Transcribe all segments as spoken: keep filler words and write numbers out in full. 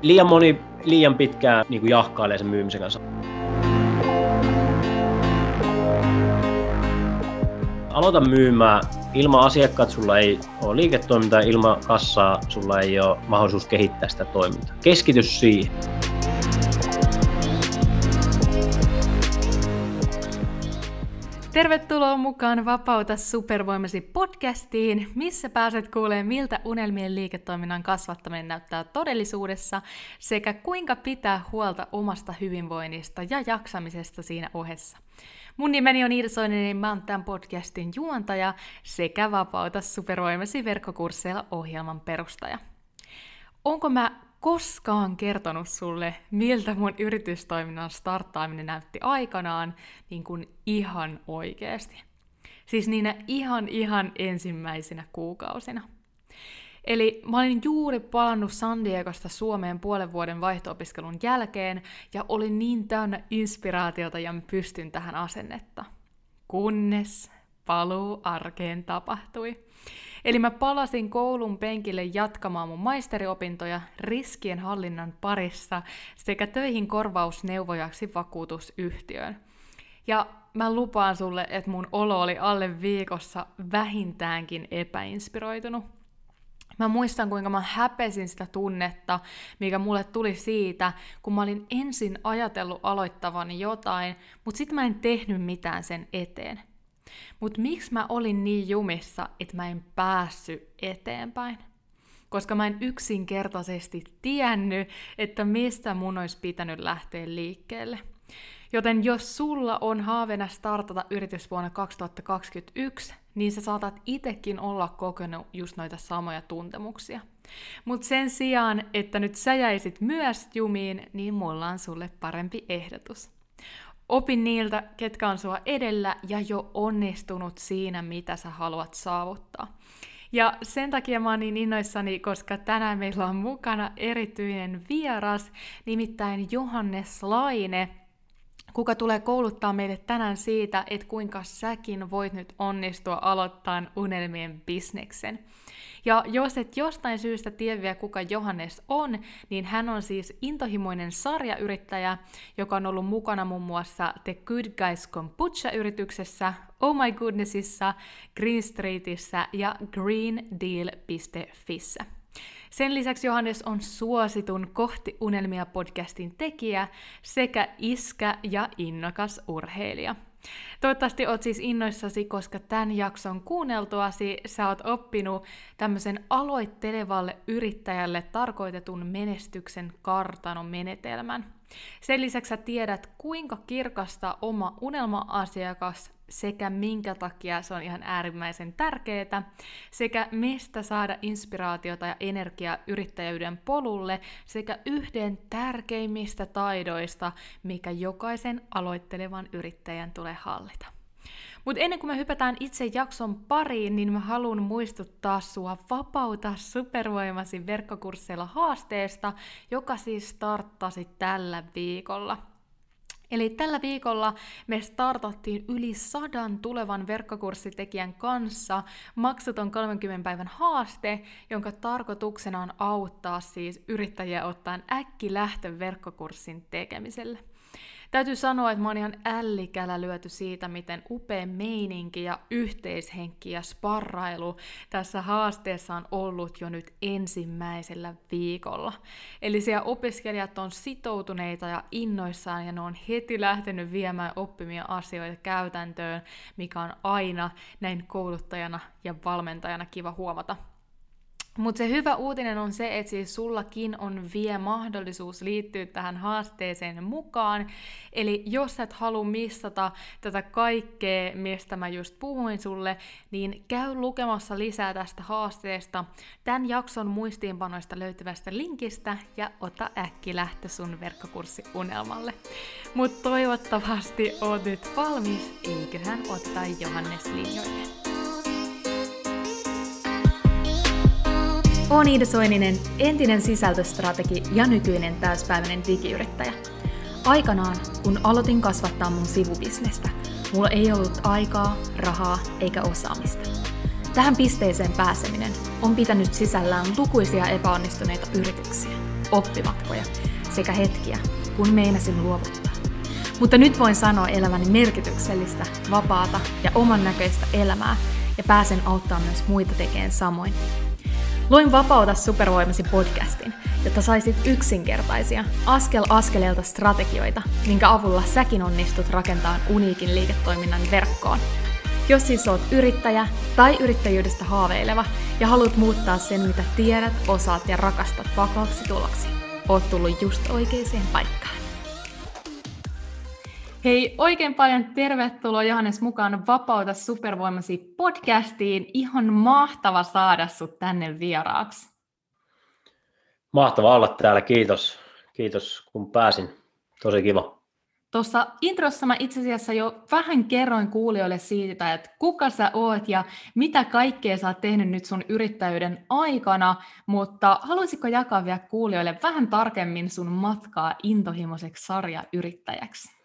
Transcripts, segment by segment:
Liian moni liian pitkään niin kuin jahkailee sen myymisen kanssa. Aloita myymään. Ilman asiakkaat sulla ei ole liiketoimintaa, ilman kassaa sulla ei ole mahdollisuus kehittää sitä toimintaa. Keskity siihen. Tervetuloa mukaan Vapauta supervoimasi podcastiin, missä pääset kuulemaan, miltä unelmien liiketoiminnan kasvattaminen näyttää todellisuudessa sekä kuinka pitää huolta omasta hyvinvoinnista ja jaksamisesta siinä ohessa. Mun nimeni on Iida Soininen ja mä oon tämän podcastin juontaja sekä Vapauta supervoimasi verkkokursseilla ohjelman perustaja. Onko mä koskaan kertonut sulle, miltä mun yritystoiminnan starttaaminen näytti aikanaan niin kuin ihan oikeasti? Siis niinä ihan ihan ensimmäisinä kuukausina. Eli mä olin juuri palannut San Diegosta Suomeen puolen vuoden vaihto-opiskelun jälkeen ja olin niin täynnä inspiraatiota ja mä pystyn tähän asennetta. Kunnes paluu arkeen tapahtui. Eli mä palasin koulun penkille jatkamaan mun maisteriopintoja riskien hallinnan parissa sekä töihin korvausneuvojaksi vakuutusyhtiöön. Ja mä lupaan sulle, että mun olo oli alle viikossa vähintäänkin epäinspiroitunut. Mä muistan, kuinka mä häpesin sitä tunnetta, mikä mulle tuli siitä, kun mä olin ensin ajatellut aloittavani jotain, mutta sit mä en tehnyt mitään sen eteen. Mutta miksi mä olin niin jumissa, että mä en päässyt eteenpäin? Koska mä en yksinkertaisesti tiennyt, että mistä mun olisi pitänyt lähteä liikkeelle. Joten jos sulla on haaveena startata yritys vuonna kaksituhattakaksikymmentäyksi, niin sä saatat itekin olla kokenut just noita samoja tuntemuksia. Mutta sen sijaan, että nyt sä jäisit myös jumiin, niin mulla on sulle parempi ehdotus. Opi niiltä, ketkä on sua edellä ja jo onnistunut siinä, mitä sä haluat saavuttaa. Ja sen takia mä oon niin innoissani, koska tänään meillä on mukana erityinen vieras, nimittäin Johannes Laine, kuka tulee kouluttaa meille tänään siitä, että kuinka säkin voit nyt onnistua aloittamaan unelmien bisneksen. Ja jos et jostain syystä tiedä vielä, kuka Johannes on, niin hän on siis intohimoinen sarjayrittäjä, joka on ollut mukana muun muassa The Good Guys Kombucha-yrityksessä, Oh My Goodnessissa, Green Streetissä ja green deal piste fissä. Sen lisäksi Johannes on suositun Kohti unelmia podcastin tekijä sekä iskä ja innokas urheilija. Toivottavasti oot siis innoissasi, koska tämän jakson kuunneltuasi sä oot oppinut tämmöisen aloittelevalle yrittäjälle tarkoitetun menestyksen kartanon menetelmän. Sen lisäksi sä tiedät, kuinka kirkastaa oma unelma-asiakas sekä minkä takia se on ihan äärimmäisen tärkeää, sekä mistä saada inspiraatiota ja energiaa yrittäjyyden polulle, sekä yhden tärkeimmistä taidoista, mikä jokaisen aloittelevan yrittäjän tulee hallita. Mutta ennen kuin me hypätään itse jakson pariin, niin mä haluan muistuttaa sua Vapauta supervoimasi verkkokursseilla haasteesta, joka siis starttasi tällä viikolla. Eli tällä viikolla me startattiin yli sadan tulevan verkkokurssitekijän kanssa maksuton kolmenkymmenen päivän haaste, jonka tarkoituksena on auttaa siis yrittäjiä ottaen äkkilähtö verkkokurssin tekemiselle. Täytyy sanoa, että mä oon ihan ällikälä lyöty siitä, miten upea meininki ja yhteishenki ja sparrailu tässä haasteessa on ollut jo nyt ensimmäisellä viikolla. Eli siellä opiskelijat on sitoutuneita ja innoissaan ja ne on heti lähtenyt viemään oppimia asioita käytäntöön, mikä on aina näin kouluttajana ja valmentajana kiva huomata. Mutta se hyvä uutinen on se, että siis sullakin on vielä mahdollisuus liittyä tähän haasteeseen mukaan. Eli jos et halua missata tätä kaikkea, mistä mä just puhuin sulle, niin käy lukemassa lisää tästä haasteesta tämän jakson muistiinpanoista löytyvästä linkistä ja ota äkkilähtö sun verkkokurssiunelmalle. Mutta toivottavasti oot nyt valmis, eiköhän ottaa Johannes linjoille. Oon Iida Soininen, entinen sisältöstrategi ja nykyinen täyspäiväinen digiyrittäjä. Aikanaan, kun aloitin kasvattaa mun sivubisnestä, mulla ei ollut aikaa, rahaa eikä osaamista. Tähän pisteeseen pääseminen on pitänyt sisällään lukuisia epäonnistuneita yrityksiä. oppimatkoja sekä hetkiä, kun meinasin luovuttaa. Mutta nyt voin sanoa elämäni merkityksellistä, vapaata ja oman näköistä elämää ja pääsen auttamaan myös muita tekemään samoin. Luin Vapauta supervoimasi podcastin, jotta saisit yksinkertaisia, askel askeleelta strategioita, minkä avulla säkin onnistut rakentamaan uniikin liiketoiminnan verkkoon. Jos siis oot yrittäjä tai yrittäjyydestä haaveileva ja haluat muuttaa sen, mitä tiedät, osaat ja rakastat vakaaksi tuloksi, oot tullut just oikeaan paikkaan. Hei, oikein paljon tervetuloa Johannes mukaan Vapauta supervoimasi podcastiin. Ihan mahtava saada sut tänne vieraaksi. Mahtava olla täällä, kiitos. Kiitos kun pääsin. Tosi kiva. Tuossa introssa mä itse asiassa jo vähän kerroin kuulijoille siitä, että kuka sä oot ja mitä kaikkea sä oot tehnyt nyt sun yrittäjyyden aikana, mutta haluaisitko jakaa vielä kuulijoille vähän tarkemmin sun matkaa intohimoiseksi sarjayrittäjäksi?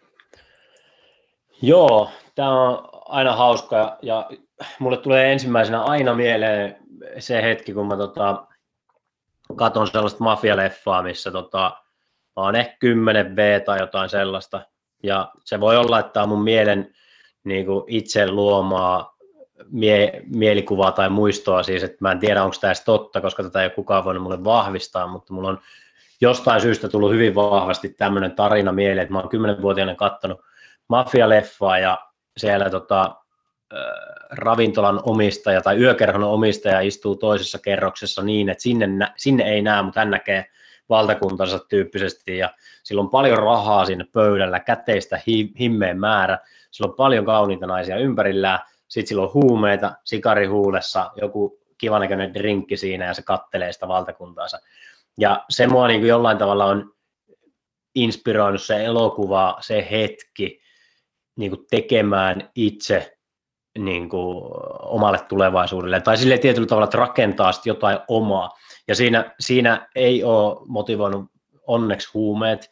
Joo, tämä on aina hauska ja mulle tulee ensimmäisenä aina mieleen se hetki, kun mä tota, katon sellaista mafialeffaa, missä tota, mä oon ehkä kymmenen vuotta tai jotain sellaista. Ja se voi olla, että tämä on mun mielen niin kuin itse luomaa mie- mielikuvaa tai muistoa, siis että mä en tiedä, onko tämä edes totta, koska tätä ei ole kukaan voinut mulle vahvistaa, mutta mulla on jostain syystä tullut hyvin vahvasti tämmöinen tarina mieleen, että mä oon kymmenvuotiaana katsonut mafialeffaa ja siellä tota, ravintolan omistaja tai yökerhon omistaja istuu toisessa kerroksessa niin, että sinne, sinne ei näe, mutta hän näkee valtakuntansa tyyppisesti ja sillä on paljon rahaa siinä pöydällä, käteistä hi, himmeen määrä, sillä on paljon kauniita naisia ympärillään, sitten sillä on huumeita, sikari huulessa, joku kivanäköinen drinkki siinä ja se kattelee sitä valtakuntaansa. Ja se mua niin kuin jollain tavalla on inspiroinut se elokuva, se hetki niin kuin tekemään itse niin kuin omalle tulevaisuudelle, tai silleen tietyllä tavalla, että rakentaa jotain omaa. Ja siinä, siinä ei ole motivoinut onneksi huumeet,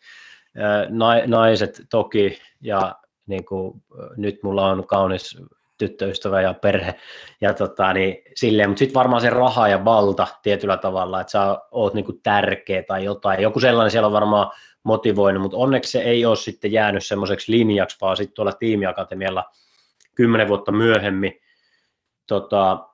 naiset toki, ja niin kuin, nyt mulla on kaunis tyttöystävä ja perhe, ja tota, niin, silleen, mutta sitten varmaan se raha ja valta tietyllä tavalla, että sä oot niin kuin tärkeä tai jotain, joku sellainen siellä on varmaan motivoinut, mutta onneksi se ei ole sitten jäänyt semmoiseksi linjaksi, vaan sitten tuolla tiimiakatemialla kymmenen vuotta myöhemmin tota,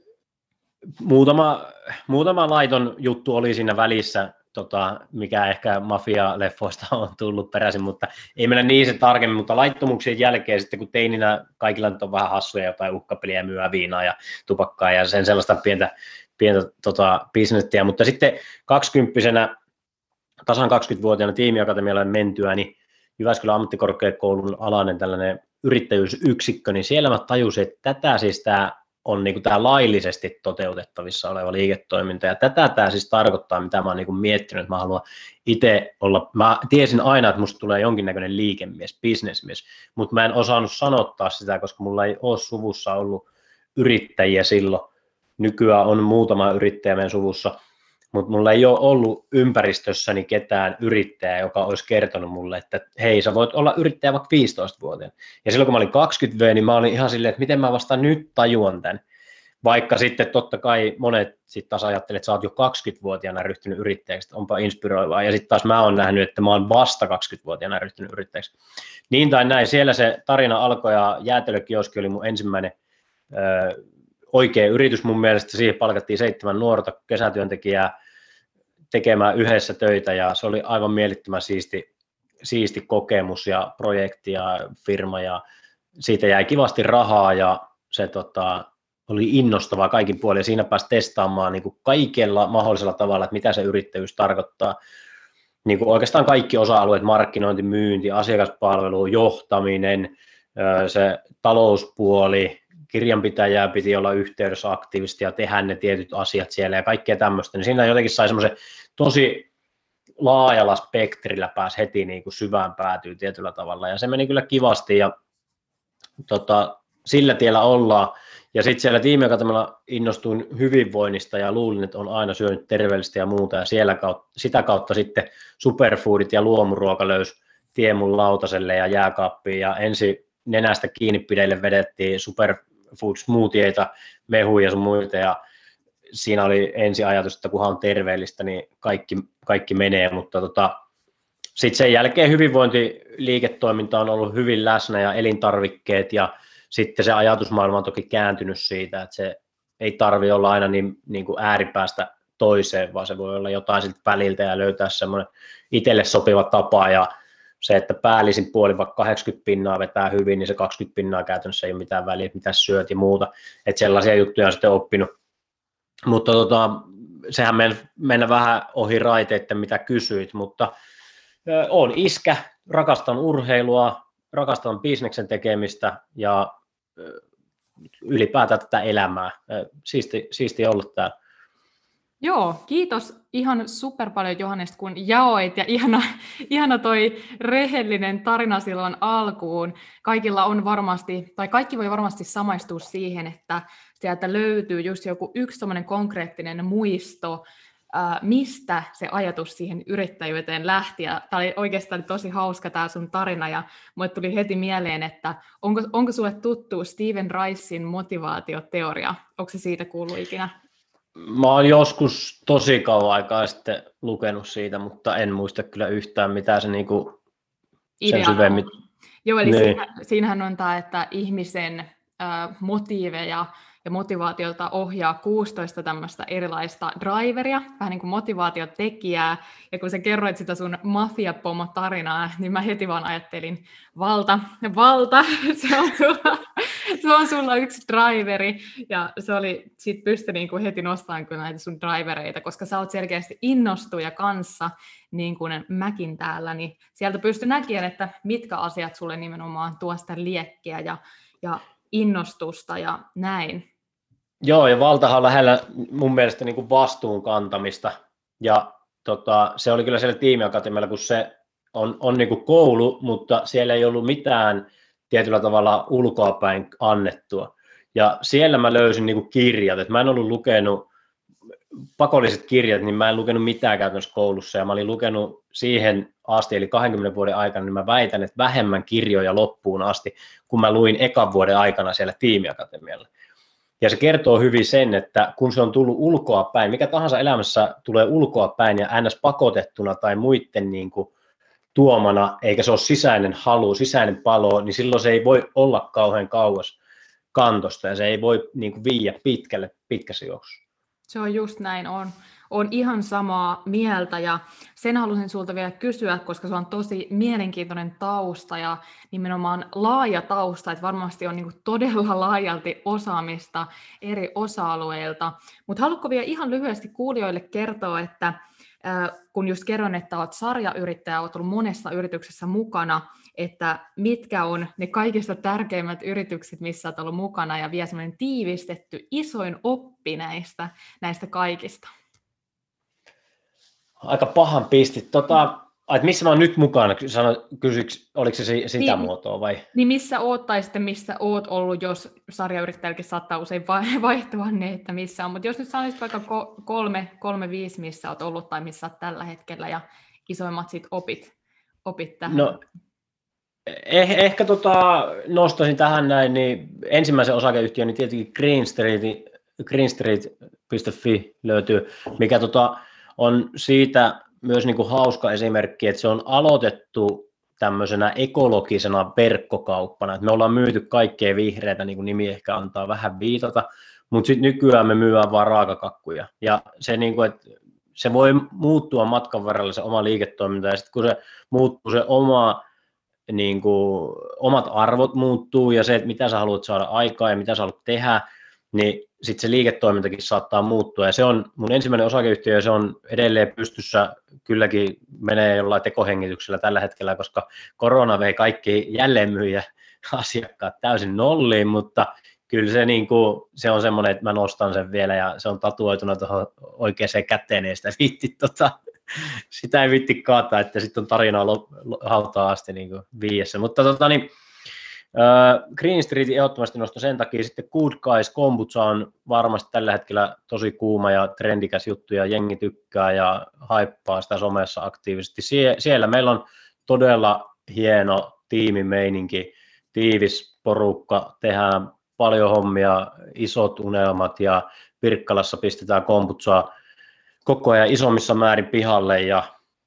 muutama, muutama laiton juttu oli siinä välissä, tota, mikä ehkä mafia-leffoista on tullut peräisin, mutta ei mennä niin se tarkemmin, mutta laittomuuksien jälkeen sitten kun teininä kaikilla nyt on vähän hassuja jotain uhkapeliä, myyä viinaa ja tupakkaa ja sen sellaista pientä, pientä tota, bisnettiä, mutta sitten kaksikymppisenä tasan kaksikymmenvuotiaana tiimiakatemialle mentyä, niin Jyväskylän ammattikorkeakoulun alainen tällainen yrittäjyysyksikkö, niin siellä mä tajusin, että tätä siis tämä on niin kuin tämä laillisesti toteutettavissa oleva liiketoiminta, ja tätä tämä siis tarkoittaa, mitä mä oon niin kuin miettinyt, että mä haluan itse olla, mä tiesin aina, että musta tulee jonkinnäköinen liikemies, businessmies, mutta mä en osannut sanottaa sitä, koska mulla ei ole suvussa ollut yrittäjiä silloin, nykyään on muutama yrittäjä meidän suvussa, mutta mulla ei ole ollut ympäristössäni ketään yrittäjää, joka olisi kertonut mulle, että hei, sä voit olla yrittäjä vaikka viisitoistavuotiaana. Ja silloin kun mä olin kaksikymmentä vuotias, niin mä olin ihan silleen, että miten mä vasta nyt tajuan tämän. Vaikka sitten totta kai monet sitten taas ajattelevat, että sä oot jo kaksikymmentävuotiaana ryhtynyt yrittäjäksi, onpa inspiroivaa. Ja sitten taas mä oon nähnyt, että mä oon vasta kaksikymmentävuotiaana ryhtynyt yrittäjäksi. Niin tai näin, siellä se tarina alkoi ja jäätelökioski oli mun ensimmäinen öö, oikea yritys mun mielestä, siihen palkattiin seitsemän nuorta kesätyöntekijää tekemään yhdessä töitä ja se oli aivan mielettömän siisti, siisti kokemus ja projekti ja firma ja siitä jäi kivasti rahaa ja se tota, oli innostavaa kaikin puolin ja siinä pääsi testaamaan niin kuin kaikella mahdollisella tavalla, että mitä se yrittäjyys tarkoittaa. Niin kuin oikeastaan kaikki osa-alueet, markkinointi, myynti, asiakaspalvelu, johtaminen, se talouspuoli, kirjanpitäjää piti olla yhteydessä aktiivisesti ja tehdä ne tietyt asiat siellä ja kaikkea tämmöistä, niin siinä jotenkin sai semmoisen tosi laajalla spektrillä pääsi heti niin kuin syvään päätyy tietyllä tavalla ja se meni kyllä kivasti ja tota, sillä tiellä ollaan ja sitten siellä tiimiakatemialla innostuin hyvinvoinnista ja luulin, että on aina syönyt terveellistä ja muuta ja siellä kautta, sitä kautta sitten superfoodit ja luomuruoka löysi tie mun lautaselle ja jääkaappiin ja ensin nenästä kiinni pideille vedettiin super food smoothieita, mehuja ja muita ja siinä oli ensi ajatus, että kunhan on terveellistä, niin kaikki, kaikki menee, mutta tota, sitten sen jälkeen hyvinvointiliiketoiminta on ollut hyvin läsnä ja elintarvikkeet ja sitten se ajatusmaailma on toki kääntynyt siitä, että se ei tarvitse olla aina niin, niin kuin ääripäästä toiseen, vaan se voi olla jotain siltä väliltä ja löytää semmoinen itselle sopiva tapa ja se, että päällisin puoli vaikka kahdeksankymmentä pinnaa vetää hyvin, niin se kaksikymmentä pinnaa käytännössä ei ole mitään väliä, mitä syöt ja muuta, että sellaisia juttuja on sitten oppinut. Mutta tota, sehän mennä vähän ohi raiteiden, mitä kysyit, mutta ö, on iskä, rakastan urheilua, rakastan bisneksen tekemistä ja ö, ylipäätään tätä elämää. Siisti, siisti olla täällä. Joo, kiitos ihan super paljon Johannes, kun jaoit ja ihana, ihana toi rehellinen tarina silloin alkuun. Kaikilla on varmasti, tai kaikki voi varmasti samaistua siihen, että sieltä löytyy just joku yksi tommoinen konkreettinen muisto, ää, mistä se ajatus siihen yrittäjyyteen lähti. Ja tää oli oikeastaan tosi hauska tää sun tarina, ja mulle tuli heti mieleen, että onko, onko sulle tuttu Stephen Ricein motivaatioteoria? Onko se siitä kuullut ikinä? Mä oon joskus tosi kauan aikaa sitten lukenut siitä, mutta en muista kyllä yhtään mitään se niinku sen syvemmin. Joo, eli niin. siinä, siinähän on tämä, että ihmisen äh, motiiveja ja motivaatiota ohjaa kuusitoista tämmöistä erilaista driveria, vähän niin kuin motivaatiotekijää, ja kun sä kerroit sitä sun mafiapomo-tarinaa, niin mä heti vaan ajattelin, valta, valta, se on sulla, se on sulla yksi driveri, ja se oli, sit pystyi niin kuin heti nostamaan kyllä näitä sun drivereita, koska sä oot selkeästi innostuja kanssa, niin kuin mäkin täällä, niin sieltä pystyi näkemään, että mitkä asiat sulle nimenomaan tuo sitä liekkiä ja, ja innostusta ja näin. Joo, ja valtahan on lähellä mun mielestä niin kuin vastuun kantamista, ja tota, se oli kyllä siellä tiimiakatemialla, kun se on, on niin kuin koulu, mutta siellä ei ollut mitään tietyllä tavalla ulkoapäin annettua, ja siellä mä löysin niin kuin kirjat, että mä en ollut lukenut pakolliset kirjat, niin mä en lukenut mitään käytännössä koulussa, ja mä olin lukenut siihen asti, eli kahdenkymmenen vuoden aikana, niin mä väitän, että vähemmän kirjoja loppuun asti, kun mä luin ekan vuoden aikana siellä tiimiakatemialla. Ja se kertoo hyvin sen, että kun se on tullut ulkoa päin, mikä tahansa elämässä tulee ulkoa päin ja ns. Pakotettuna tai muiden niin kuin tuomana, eikä se ole sisäinen halu, sisäinen palo, niin silloin se ei voi olla kauhean kauas kantosta ja se ei voi niin kuin viiä pitkälle pitkässä juoksussa. Se on just näin, on, on ihan samaa mieltä ja sen halusin sulta vielä kysyä, koska se on tosi mielenkiintoinen tausta ja nimenomaan laaja tausta, että varmasti on niin kuin todella laajalti osaamista eri osa-alueilta, mutta haluatko vielä ihan lyhyesti kuulijoille kertoa, että äh, kun just kerron, että olet sarjayrittäjä, olet ollut monessa yrityksessä mukana, että mitkä on ne kaikista tärkeimmät yritykset, missä olet ollut mukana ja vielä semmoinen tiivistetty isoin oppi näistä, näistä kaikista? Aika pahan pistit. Tota, että missä mä oon nyt mukana? Sano, kysyks, oliko se sitä niin, muotoa vai? Niin missä oot tai sitten missä oot ollut, jos sarjayrittäjälläkin saattaa usein vaihtua ne, että missä on. Mutta jos nyt sanoisit vaikka kolme, kolme, viisi, missä oot ollut tai missä oot tällä hetkellä ja isoimmat sit opit, opit tähän. No, eh, ehkä tota, nostaisin tähän näin, niin ensimmäisen osakeyhtiön, niin tietenkin Green Street, greenstreet piste fi löytyy, mikä tota, on siitä myös niin kuin hauska esimerkki, että se on aloitettu tämmöisenä ekologisena verkkokauppana, että me ollaan myyty kaikkea vihreätä, niin kuin nimi ehkä antaa vähän viitata, mutta sitten nykyään me myydään vaan raakakakkuja, ja se, niin kuin, että se voi muuttua matkan varrella se oma liiketoiminta, ja sitten kun se muuttuu se oma, niin kuin, omat arvot muuttuu, ja se, että mitä sä haluat saada aikaa ja mitä sä haluat tehdä, niin sitten se liiketoimintakin saattaa muuttua, ja se on mun ensimmäinen osakeyhtiö, ja se on edelleen pystyssä, kylläkin menee jollain tekohengityksellä tällä hetkellä, koska korona vei kaikki jälleenmyyjä asiakkaat täysin nolliin, mutta kyllä se, niin kuin, se on semmoinen, että mä nostan sen vielä, ja se on tatuoituna tuohon oikeaan käteen, ja sitä, viitti, tota, sitä ei viitti kaataa, että sitten on tarinaa hautaan asti niin kuin viiessä, mutta tota niin, Uh, Green Street ehdottomasti nostoi sen takia, sitten Good Guys Kombucha on varmasti tällä hetkellä tosi kuuma ja trendikäs juttu ja jengi tykkää ja haippaa sitä somessa aktiivisesti. Sie- siellä meillä on todella hieno tiimimeininki, tiivis porukka, tehdään paljon hommia, isot unelmat ja Pirkkalassa pistetään komputsaa koko ajan isommissa määrin pihalle ja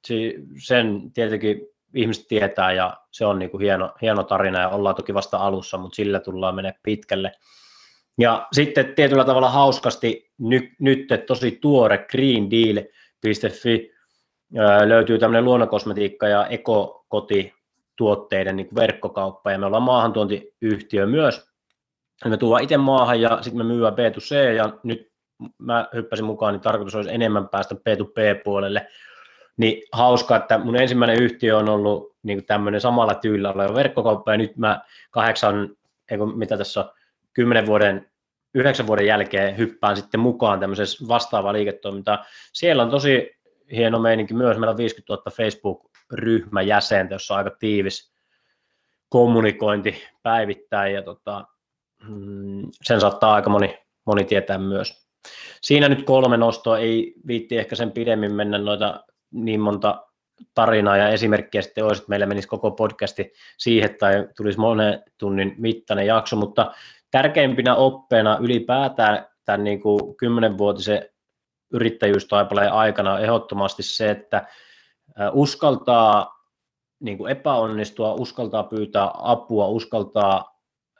sen tietenkin ihmiset tietää ja se on niin kuin hieno, hieno tarina ja ollaan toki vasta alussa, mutta sillä tullaan mennä pitkälle. Ja sitten tietyllä tavalla hauskasti nyt, nyt tosi tuore green deal piste fi löytyy tämmöinen luonnonkosmetiikka ja ekokotituotteiden niin kuin verkkokauppa ja me ollaan maahantuontiyhtiö myös. Me tuodaan itse maahan ja sitten me myydään B to C ja nyt mä hyppäsin mukaan, niin tarkoitus olisi enemmän päästä B to B-puolelle. Niin hauska, että mun ensimmäinen yhtiö on ollut niin tämmöinen samalla tyylillä oleva verkkokauppa ja nyt mä kahdeksan, eikö mitä tässä on, kymmenen vuoden, yhdeksän vuoden jälkeen hyppään sitten mukaan tämmöisessä vastaavaa liiketoimintaa. Siellä on tosi hieno meininki myös, meillä on viisikymmentätuhatta Facebook-ryhmäjäsentä, jossa on aika tiivis kommunikointi päivittäin ja tota, sen saattaa aika moni, moni tietää myös. Siinä nyt kolme nostoa, ei viitti ehkä sen pidemmin mennä noita niin monta tarinaa ja esimerkkiä sitten olisi, että meillä menisi koko podcasti siihen tai tulisi monen tunnin mittainen jakso, mutta tärkeimpinä oppeena ylipäätään tämän niin kuin kymmenvuotisen yrittäjyystaipaleen aikana on ehdottomasti se, että uskaltaa niin kuin epäonnistua, uskaltaa pyytää apua, uskaltaa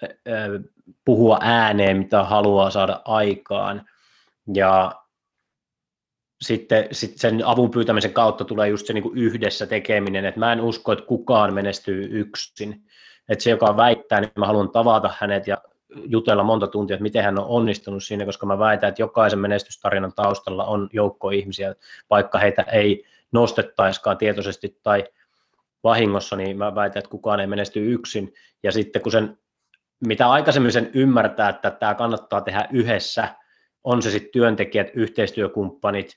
puhua ääneen, mitä haluaa saada aikaan ja sitten, sitten sen avun pyytämisen kautta tulee just se niin kuin yhdessä tekeminen, että mä en usko, että kukaan menestyy yksin, että se, joka väittää, niin mä haluan tavata hänet ja jutella monta tuntia, että miten hän on onnistunut siinä, koska mä väitän, että jokaisen menestystarinan taustalla on joukko ihmisiä, vaikka heitä ei nostettaisikaan tietoisesti tai vahingossa, niin mä väitän, että kukaan ei menesty yksin, ja sitten kun sen, mitä aikaisemmin sen ymmärtää, että tämä kannattaa tehdä yhdessä, on se sitten työntekijät, yhteistyökumppanit,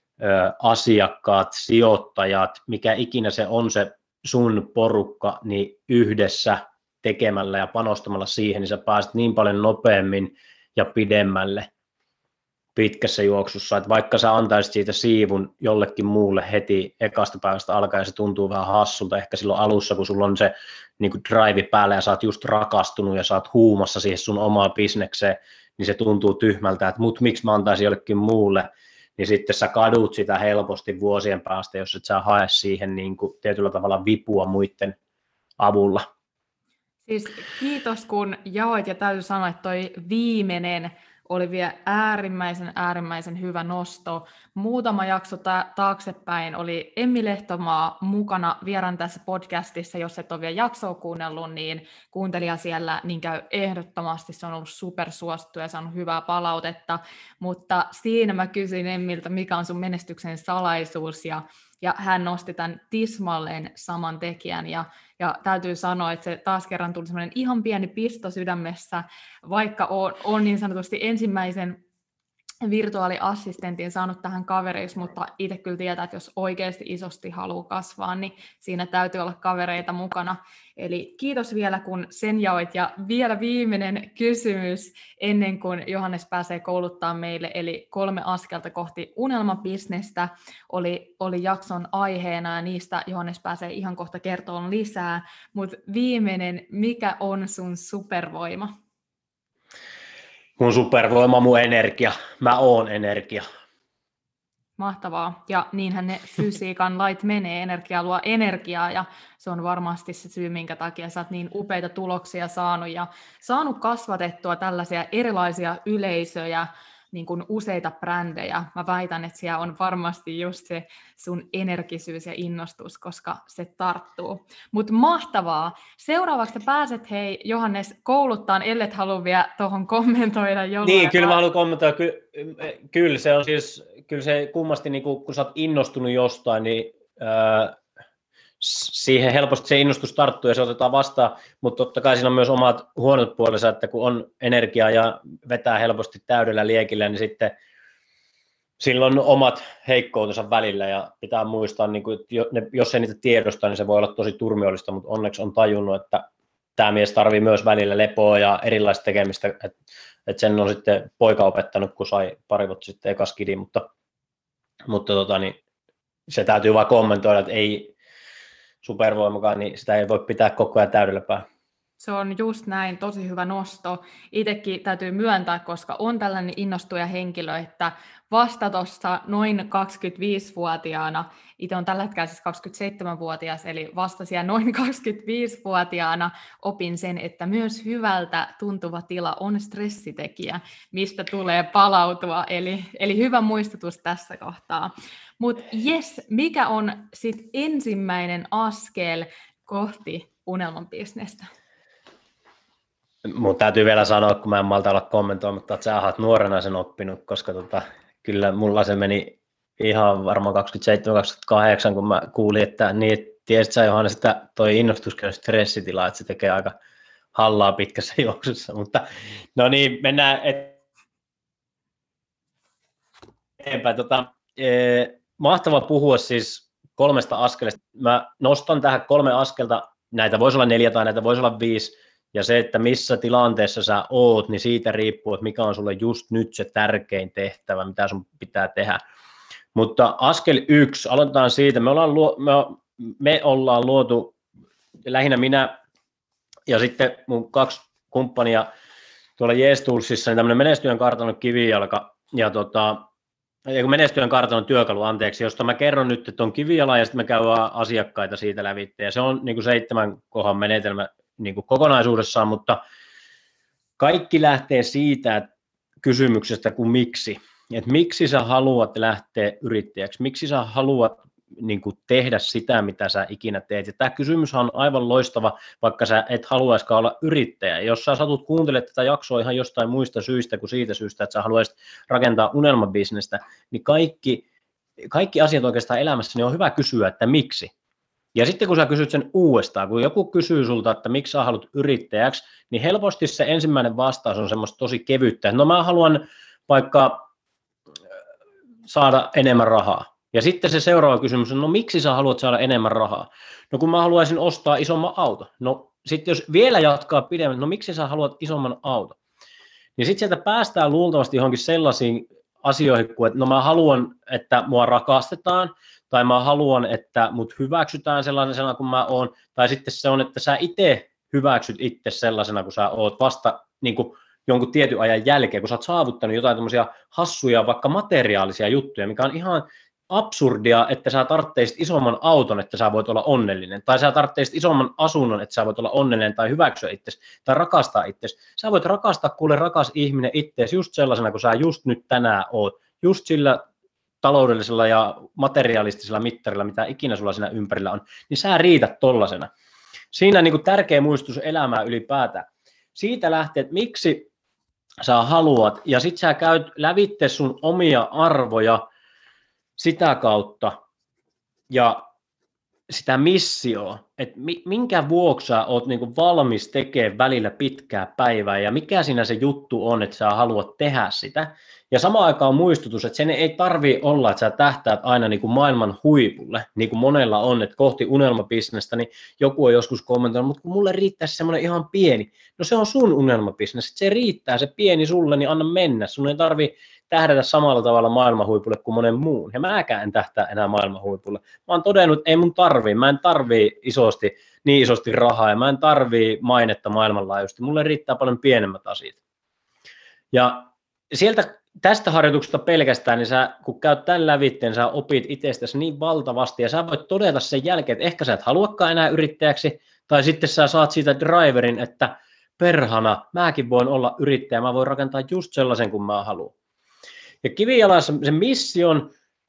asiakkaat, sijoittajat, mikä ikinä se on se sun porukka, niin yhdessä tekemällä ja panostamalla siihen, niin sä pääset niin paljon nopeammin ja pidemmälle pitkässä juoksussa, että vaikka sä antaisit siitä siivun jollekin muulle heti ekasta päivästä alkaen, ja se tuntuu vähän hassulta ehkä silloin alussa, kun sulla on se niin kuin drive päällä ja sä oot just rakastunut ja sä oot huumassa siihen sun omaan bisnekseen, niin se tuntuu tyhmältä, että mut miksi mä antaisin jollekin muulle, niin sitten sä kadut sitä helposti vuosien päästä, jos et sä hae siihen niin kuin tietyllä tavalla vipua muiden avulla. Siis kiitos kun jaoit ja täytyy sanoa, että toi viimeinen oli vielä äärimmäisen, äärimmäisen hyvä nosto. Muutama jakso ta- taaksepäin oli Emmi Lehtomaa mukana vieraan tässä podcastissa. Jos et ole vielä jaksoa kuunnellut, niin kuuntelija siellä, niin käy ehdottomasti. Se on ollut supersuosittu ja saanut hyvää palautetta. Mutta siinä mä kysyin Emmiltä, mikä on sun menestyksen salaisuus, ja Ja hän nosti tämän tismalleen saman tekijän, ja, ja täytyy sanoa, että se taas kerran tuli semmoinen ihan pieni pisto sydämessä, vaikka on, on niin sanotusti ensimmäisen virtuaaliassistentin saanut tähän kavereiksi, mutta itse kyllä tietää, että jos oikeasti isosti haluaa kasvaa, niin siinä täytyy olla kavereita mukana. Eli kiitos vielä, kun sen jaoit. Ja vielä viimeinen kysymys ennen kuin Johannes pääsee kouluttaa meille, eli kolme askelta kohti unelmabisnestä oli, oli jakson aiheena, ja niistä Johannes pääsee ihan kohta kertomaan lisää. Mutta viimeinen, mikä on sun supervoima? Mun supervoima, mun energia. Mä oon energia. Mahtavaa. Ja niinhän ne fysiikan lait menee. Energia luo energiaa, ja se on varmasti se syy, minkä takia sä oot niin upeita tuloksia saanut ja saanut kasvatettua tällaisia erilaisia yleisöjä, niin kuin useita brändejä. Mä väitän, että siellä on varmasti just se sun energisyys ja innostus, koska se tarttuu. Mutta mahtavaa. Seuraavaksi pääset, hei Johannes, kouluttaan, ellet halua vielä tuohon kommentoida jollain. Niin, kyllä mä haluan kommentoida. Ky- kyllä se on siis, kyllä se kummasti, niin kun, kun sä oot innostunut jostain, niin ää, siihen helposti se innostus tarttuu ja se otetaan vastaan, mutta totta kai siinä on myös omat huonot puolensa, että kun on energiaa ja vetää helposti täydellä liekillä, niin sitten silloin on omat heikkoutensa välillä ja pitää muistaa, niin kuin, että jos ei niitä tiedosta, niin se voi olla tosi turmiollista, mutta onneksi on tajunnut, että tämä mies tarvii myös välillä lepoa ja erilaista tekemistä, että, että sen on sitten poika opettanut, kun sai pari vuotta sitten ekas kidi, mutta, mutta tota, niin se täytyy vaan kommentoida, että ei supervoimakaan, niin sitä ei voi pitää koko ajan täydellä päällä. Se on just näin, tosi hyvä nosto. Itsekin täytyy myöntää, koska on tällainen innostuja henkilö, että vasta tuossa noin kaksikymmentäviisivuotiaana, itse on tällä hetkellä siis kaksikymmentäseitsemänvuotias, eli vasta siellä noin kaksikymmentäviisivuotiaana opin sen, että myös hyvältä tuntuva tila on stressitekijä, mistä tulee palautua, eli, eli hyvä muistutus tässä kohtaa. Mutta jes, mikä on sitten ensimmäinen askel kohti unelmabisnestä? Mun täytyy vielä sanoa, kun mä en malta olla kommentoimatta, että sä oot nuorena sen oppinut, koska tota, kyllä mulla se meni ihan varmaan kaksikymmentäseitsemän kaksikymmentäkahdeksan, kun mä kuulin, että niin, tiesit sä Johannes, että toi innostuskin on stressitila, että se tekee aika hallaa pitkässä juoksussa, mutta no niin, mennään eteenpäin. Tota, e, mahtava puhua siis kolmesta askelesta. Mä nostan tähän kolme askelta, näitä voisi olla neljä tai näitä voisi olla viisi, ja se, että missä tilanteessa sä oot, niin siitä riippuu, että mikä on sulle just nyt se tärkein tehtävä, mitä sun pitää tehdä. Mutta askel yksi, aloitetaan siitä, me ollaan, luo, me, me ollaan luotu, lähinnä minä ja sitten mun kaksi kumppania tuolla Yes Toolsissa, niin tämmöinen menestyjän kartanon kivijalka, ja tota, menestyjän kartanon työkalu, anteeksi, josta mä kerron nyt, että on kivijala, ja sitten me käydään asiakkaita siitä lävitse, ja se on niin kuin seitsemän kohan menetelmä, niin kuin kokonaisuudessaan, mutta kaikki lähtee siitä kysymyksestä kuin miksi. Et miksi sä haluat lähteä yrittäjäksi, miksi sä haluat niin kuin tehdä sitä, mitä sä ikinä teet. Ja tämä kysymys on aivan loistava, vaikka sä et haluaisikaan olla yrittäjä. Jos sä satut kuuntelemaan tätä jaksoa ihan jostain muista syistä kuin siitä syystä, että sä haluaisit rakentaa unelmabisnestä, niin kaikki, kaikki asiat oikeastaan elämässä niin on hyvä kysyä, että miksi. Ja sitten kun sä kysyt sen uudestaan, kun joku kysyy sulta, että miksi sä haluat yrittäjäksi, niin helposti se ensimmäinen vastaus on semmoista tosi kevyttä. No mä haluan vaikka saada enemmän rahaa. Ja sitten se seuraava kysymys on, no miksi sä haluat saada enemmän rahaa? No kun mä haluaisin ostaa isomman auton. No sitten jos vielä jatkaa pidemmän, no miksi sä haluat isomman auton? Niin sitten sieltä päästään luultavasti johonkin sellaisiin asioihin, kuin että no mä haluan, että mua rakastetaan, tai mä haluan, että mut hyväksytään sellaisena kuin mä oon, tai sitten se on, että sä itse hyväksyt itse sellaisena kuin sä oot vasta niin kuin jonkun tietyn ajan jälkeen, kun sä oot saavuttanut jotain tämmöisiä hassuja, vaikka materiaalisia juttuja, mikä on ihan absurdia, että sä tarvitset isomman auton, että sä voit olla onnellinen, tai sä tarvitset isomman asunnon, että sä voit olla onnellinen, tai hyväksyä itsesi, tai rakastaa itsesi. Sä voit rakastaa, kuule rakas ihminen, itseesi just sellaisena, kuin sä just nyt tänään oot, just sillä taloudellisella ja materialistisella mittarilla, mitä ikinä sulla siinä ympärillä on, niin sä riität tollasena. Siinä niin kuin tärkeä muistutus elämää ylipäätään. Siitä lähtee, että miksi sä haluat, ja sit sä käyt lävitte sun omia arvoja sitä kautta, ja sitä missioa, että minkä vuoksi sä oot niin kuin valmis tekemään välillä pitkää päivää, ja mikä siinä se juttu on, että sä haluat tehdä sitä. Ja samaan aikaan muistutus, että sen ei tarvitse olla, että sä tähtäät aina niin kuin maailman huipulle, niin kuin monella on, että kohti unelmabisnestä, niin joku on joskus kommentoinut, mutta kun mulle riittäisi semmoinen ihan pieni, no se on sun unelmabisnes, että se riittää, se pieni sulle, niin anna mennä, sun ei tarvitse tähdätä samalla tavalla maailman huipulle kuin monen muun, ja mäkään en tähtää enää maailman huipulle. Mä oon todennut, että ei mun tarvii, mä en tarvii isosti, niin isosti rahaa, ja mä en tarvii mainetta maailmanlaajuisesti, mulle riittää paljon pienemmät asiat. Ja sieltä tästä harjoituksesta pelkästään, niin sä, kun käyt tämän lävitteen, sä opit itsestäsi niin valtavasti, ja sä voit todeta sen jälkeen, että ehkä sä et haluakaan enää yrittäjäksi, tai sitten sä saat siitä driverin, että perhana, mäkin voin olla yrittäjä, mä voin rakentaa just sellaisen kuin mä haluan. Ja kivijalassa sen mission,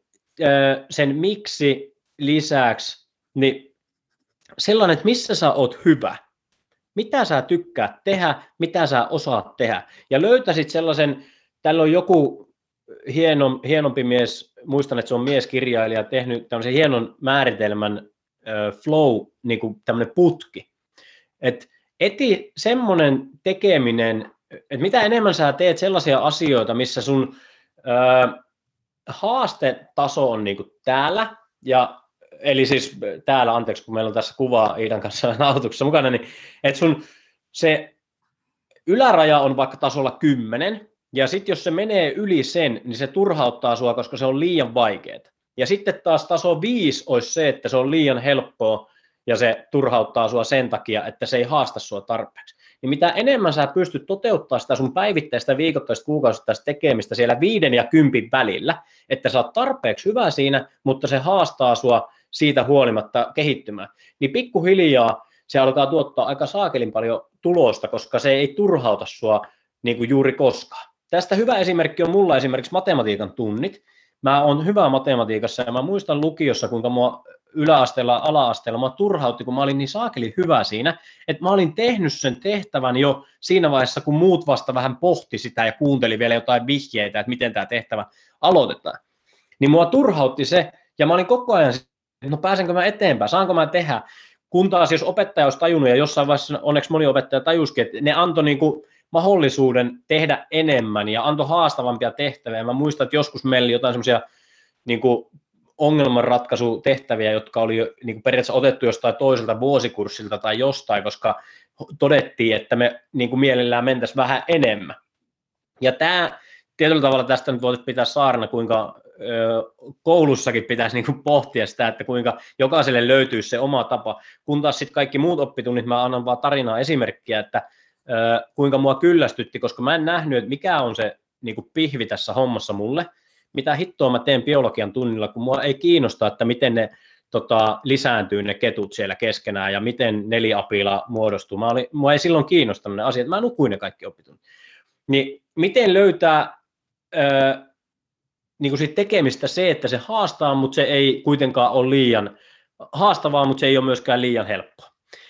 sen miksi lisäksi, niin sellainen, että missä sä oot hyvä, mitä sä tykkäät tehdä, mitä sä osaat tehdä, ja löytäisit sellaisen. Täällä on joku hieno, hienompi mies, muistan, että se on mieskirjailija, tehnyt tämmöisen hienon määritelmän äh, flow, niin kuin tämmöinen putki. Et eti semmoinen tekeminen, että mitä enemmän sä teet sellaisia asioita, missä sun äh, haastetaso on niin kuin täällä, ja, eli siis täällä, anteeksi, kun meillä on tässä kuvaa Iidan kanssa nautuksessa mukana, niin että sun se yläraja on vaikka tasolla kymmenen, ja sitten jos se menee yli sen, niin se turhauttaa sua, koska se on liian vaikeaa. Ja sitten taas taso viisi olisi se, että se on liian helppoa, ja se turhauttaa sua sen takia, että se ei haasta sua tarpeeksi. Niin mitä enemmän sä pystyt toteuttaa sitä sun päivittäistä, viikoittaista, kuukausittaista tekemistä siellä viiden ja kympin välillä, että sä oot tarpeeksi hyvä siinä, mutta se haastaa sua siitä huolimatta kehittymään, niin pikkuhiljaa se alkaa tuottaa aika saakelin paljon tulosta, koska se ei turhauta sua niin kuin juuri koskaan. Tästä hyvä esimerkki on mulla esimerkiksi matematiikan tunnit. Mä oon hyvä matematiikassa ja mä muistan lukiossa, kuinka mua yläasteella ja ala-asteella mua turhautti, kun mä olin niin saakelin hyvä siinä, että mä olin tehnyt sen tehtävän jo siinä vaiheessa, kun muut vasta vähän pohti sitä ja kuunteli vielä jotain vihjeitä, että miten tämä tehtävä aloitetaan. Niin mua turhautti se, ja mä olin koko ajan, no pääsenkö mä eteenpäin, saanko mä tehdä, kun taas jos opettaja olisi tajunnut, ja jossain vaiheessa onneksi moni opettaja tajuskin, että ne antoi niin kuin mahdollisuuden tehdä enemmän ja antoi haastavampia tehtäviä. Mä muistan, että joskus meillä oli jotain semmoisia niin kuin ongelmanratkaisutehtäviä, jotka oli niin kuin periaatteessa otettu jostain toiselta vuosikurssilta tai jostain, koska todettiin, että me niin kuin mielellään mentäisiin vähän enemmän. Ja tämä tietyllä tavalla tästä nyt voitaisiin pitää saarna, kuinka ö, koulussakin pitäisi niin kuin pohtia sitä, että kuinka jokaiselle löytyisi se oma tapa, kun taas sitten kaikki muut oppitunnit, mä annan vaan tarinaa esimerkkiä, että ö, kuinka mua kyllästytti, koska mä en nähnyt, että mikä on se niin kuin pihvi tässä hommassa mulle, mitä hittoa mä teen biologian tunnilla, kun mua ei kiinnosta, että miten ne tota, lisääntyy ne ketut siellä keskenään ja miten neliapila muodostuu. Mä olin, mua ei silloin kiinnostanut ne asiat, mä nukuin ne kaikki oppitunnit. Niin miten löytää öö, niin kuin siitä tekemistä se, että se haastaa, mutta se ei kuitenkaan ole liian haastavaa, mutta se ei ole myöskään liian helppoa.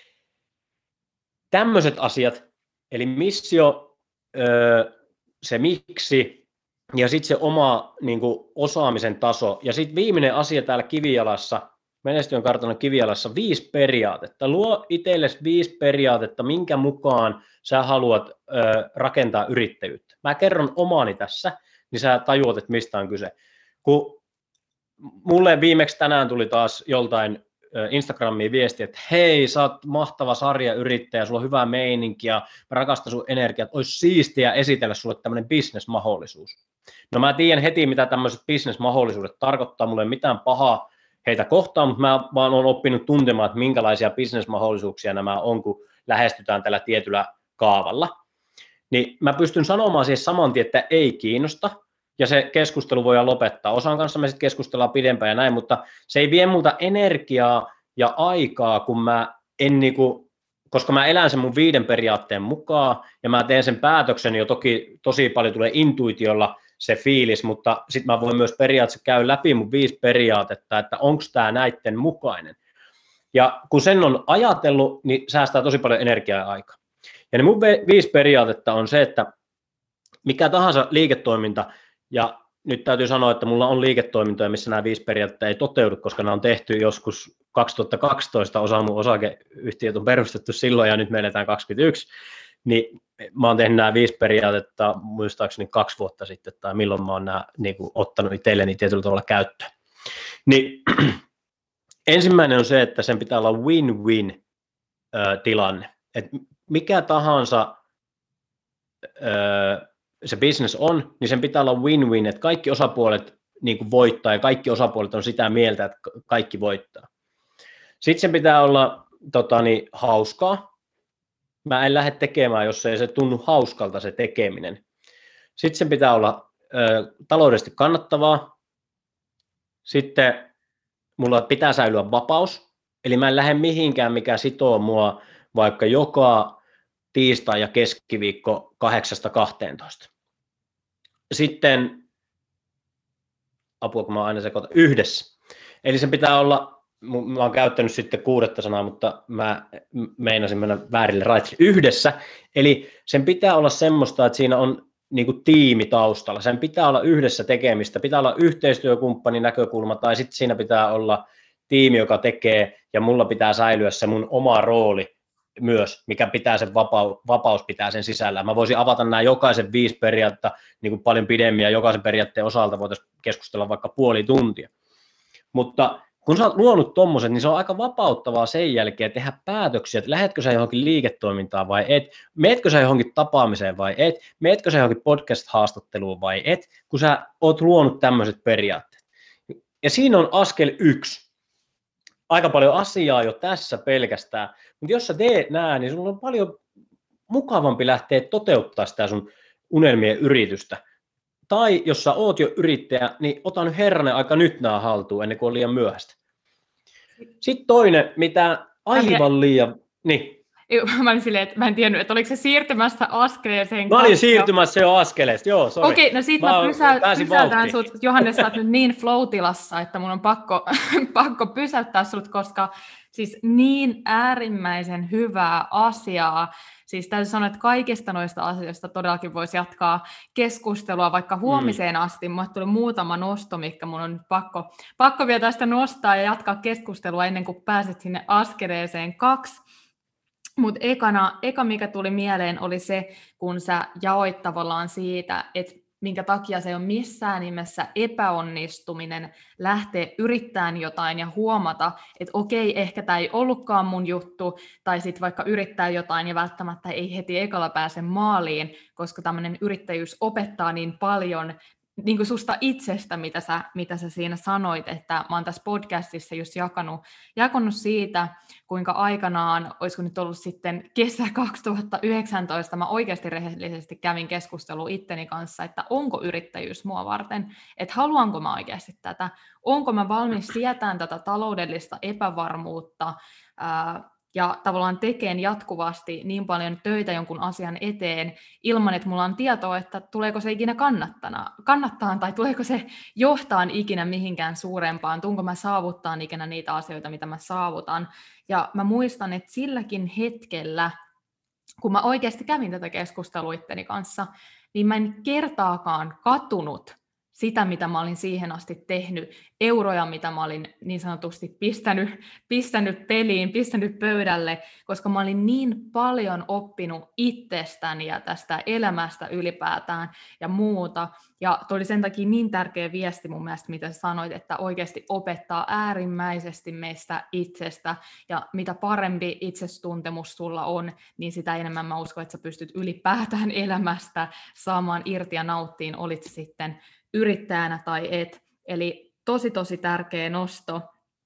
Tämmöiset asiat, eli missio, öö, se miksi, ja sitten se oma niin kuin osaamisen taso. Ja sitten viimeinen asia täällä kivijalassa, menestyön kartanon kivijalassa, viisi periaatetta. Luo itsellesi viisi periaatetta, minkä mukaan sä haluat ö, rakentaa yrittäjyyttä. Mä kerron omani tässä, niin sä tajuat, että mistä on kyse. Kun mulle viimeksi tänään tuli taas joltain ö, Instagramiin viesti, että hei, sä oot mahtava sarjayrittäjä, sulla on hyvä meininki ja mä rakastan sun energiat, olisi siistiä esitellä sulle tämmöinen business-mahdollisuus. No mä tiedän heti, mitä tämmöiset business-mahdollisuudet tarkoittaa, mulla ei mitään pahaa heitä kohtaan, mutta mä vaan olen oppinut tuntemaan, että minkälaisia business-mahdollisuuksia nämä on, kun lähestytään tällä tietyllä kaavalla. Niin mä pystyn sanomaan siihen saman tien, että ei kiinnosta, ja se keskustelu voidaan lopettaa. Osan kanssa me sitten keskustellaan pidempään ja näin, mutta se ei vie multa energiaa ja aikaa, kun mä en niinku, koska mä elän sen mun viiden periaatteen mukaan, ja mä teen sen päätöksen jo toki tosi paljon tulee intuitiolla se fiilis, mutta sitten mä voin myös periaatteessa käydä läpi mun viisi periaatetta, että onko tämä näitten mukainen. Ja kun sen on ajatellut, niin säästää tosi paljon energiaa ja aikaa. Ja ne mun viisi periaatetta on se, että mikä tahansa liiketoiminta, ja nyt täytyy sanoa, että mulla on liiketoimintoja, missä nämä viisi periaatetta ei toteudu, koska nämä on tehty joskus kaksituhattakaksitoista, osa mun osakeyhtiöt on perustettu silloin, ja nyt me eletään kaksikymmentäyksi, niin mä oon tehnyt nämä viisi periaatetta muistaakseni kaksi vuotta sitten, tai milloin mä oon nämä niin kuin, ottanut itselleni tietyllä tavalla käyttöön. Niin, ensimmäinen on se, että sen pitää olla win-win ö, tilanne. Et mikä tahansa ö, se business on, niin sen pitää olla win-win, että kaikki osapuolet niin kuin voittaa, ja kaikki osapuolet on sitä mieltä, että kaikki voittaa. Sitten sen pitää olla tota, niin, hauskaa. Mä en lähde tekemään, jos ei se tunnu hauskalta se tekeminen. Sitten sen pitää olla ö, taloudellisesti kannattavaa. Sitten mulla pitää säilyä vapaus. Eli mä en lähde mihinkään, mikä sitoo mua vaikka joka tiistai ja keskiviikko kahdeksasta kahteentoista. Sitten, apua kun mä aina sekoitan, yhdessä. Eli sen pitää olla, mä oon käyttänyt sitten kuudetta sanaa, mutta mä meinasin mennä väärille raiteille, yhdessä. Eli sen pitää olla semmoista, että siinä on niin kuin tiimi taustalla. Sen pitää olla yhdessä tekemistä, pitää olla yhteistyökumppanin näkökulma, tai sitten siinä pitää olla tiimi, joka tekee, ja mulla pitää säilyä se mun oma rooli myös, mikä pitää sen vapaus, vapaus pitää sen sisällä. Mä voisin avata nämä jokaisen viisi periaatetta niin kuin paljon pidemmin, ja jokaisen periaatteen osalta voitaisiin keskustella vaikka puoli tuntia. Mutta kun sä oot luonut tommoset, niin se on aika vapauttavaa sen jälkeen tehdä päätöksiä, että lähetkö sä johonkin liiketoimintaan vai et, meetkö sä johonkin tapaamiseen vai et, meetkö sä johonkin podcast-haastatteluun vai et, kun sä oot luonut tämmöiset periaatteet. Ja siinä on askel yksi. aika paljon asiaa jo tässä pelkästään, mutta jos sä teet nää, niin sulla on paljon mukavampi lähteä toteuttaa sitä sun unelmien yritystä. Tai jos sä oot jo yrittäjä, niin ota nyt herranen aika nyt nää haltuun ennen kuin on liian myöhäistä. Sitten toinen, mitä aivan liian... Niin. Mä olin silleen, että mä en tiennyt, että oliko se siirtymässä askeleeseen. Mä olin siirtymässä jo askeleesta, joo, sori. Okei, no sit mä, mä pysä, pysäytän sut, Johannes, sä oot nyt niin flow-tilassa, että mun on pakko, pakko pysäyttää sut, koska siis niin äärimmäisen hyvää asiaa. Siis täytyy sanoa, että kaikista noista asioista todellakin voisi jatkaa keskustelua vaikka huomiseen mm. asti. Mulle tuli muutama nosto, mikä mun on nyt pakko, pakko vielä tästä nostaa ja jatkaa keskustelua ennen kuin pääset sinne askeleeseen kaksi. Mutta ekana, eka mikä tuli mieleen oli se, kun sä jaoit tavallaan siitä, että minkä takia se ei ole missään nimessä epäonnistuminen lähteä yrittämään jotain ja huomata, että okei, ehkä tämä ei ollutkaan mun juttu, tai sitten vaikka yrittää jotain ja välttämättä ei heti ekalla pääse maaliin, koska tämmöinen yrittäjyys opettaa niin paljon niin kuin susta itsestä, mitä sä, mitä sä siinä sanoit, että mä oon tässä podcastissa just jakanut, jakanut siitä, kuinka aikanaan, olisiko nyt ollut sitten kesä kaksituhattayhdeksäntoista, mä oikeasti rehellisesti kävin keskustelua itteni kanssa, että onko yrittäjyys mua varten, että haluanko mä oikeasti tätä, onko mä valmis sietämään tätä taloudellista epävarmuutta, ää, ja tavallaan tekeen jatkuvasti niin paljon töitä jonkun asian eteen ilman, että mulla on tietoa, että tuleeko se ikinä kannattaa tai tuleeko se johtaan ikinä mihinkään suurempaan, tuunko mä saavuttaan ikinä niitä asioita, mitä mä saavutan. Ja mä muistan, että silläkin hetkellä, kun mä oikeasti kävin tätä keskustelua itteni kanssa, niin mä en kertaakaan katunut sitä, mitä mä olin siihen asti tehnyt, euroja, mitä mä olin niin sanotusti pistänyt, pistänyt peliin, pistänyt pöydälle, koska mä olin niin paljon oppinut itsestäni ja tästä elämästä ylipäätään ja muuta. Ja toi oli sen takia niin tärkeä viesti mun mielestä, mitä sä sanoit, että oikeasti opettaa äärimmäisesti meistä itsestä, ja mitä parempi itsetuntemus sulla on, niin sitä enemmän mä uskon, että sä pystyt ylipäätään elämästä saamaan irti ja nauttiin, olit sitten yrittäjänä tai et. Eli tosi, tosi tärkeä nosto.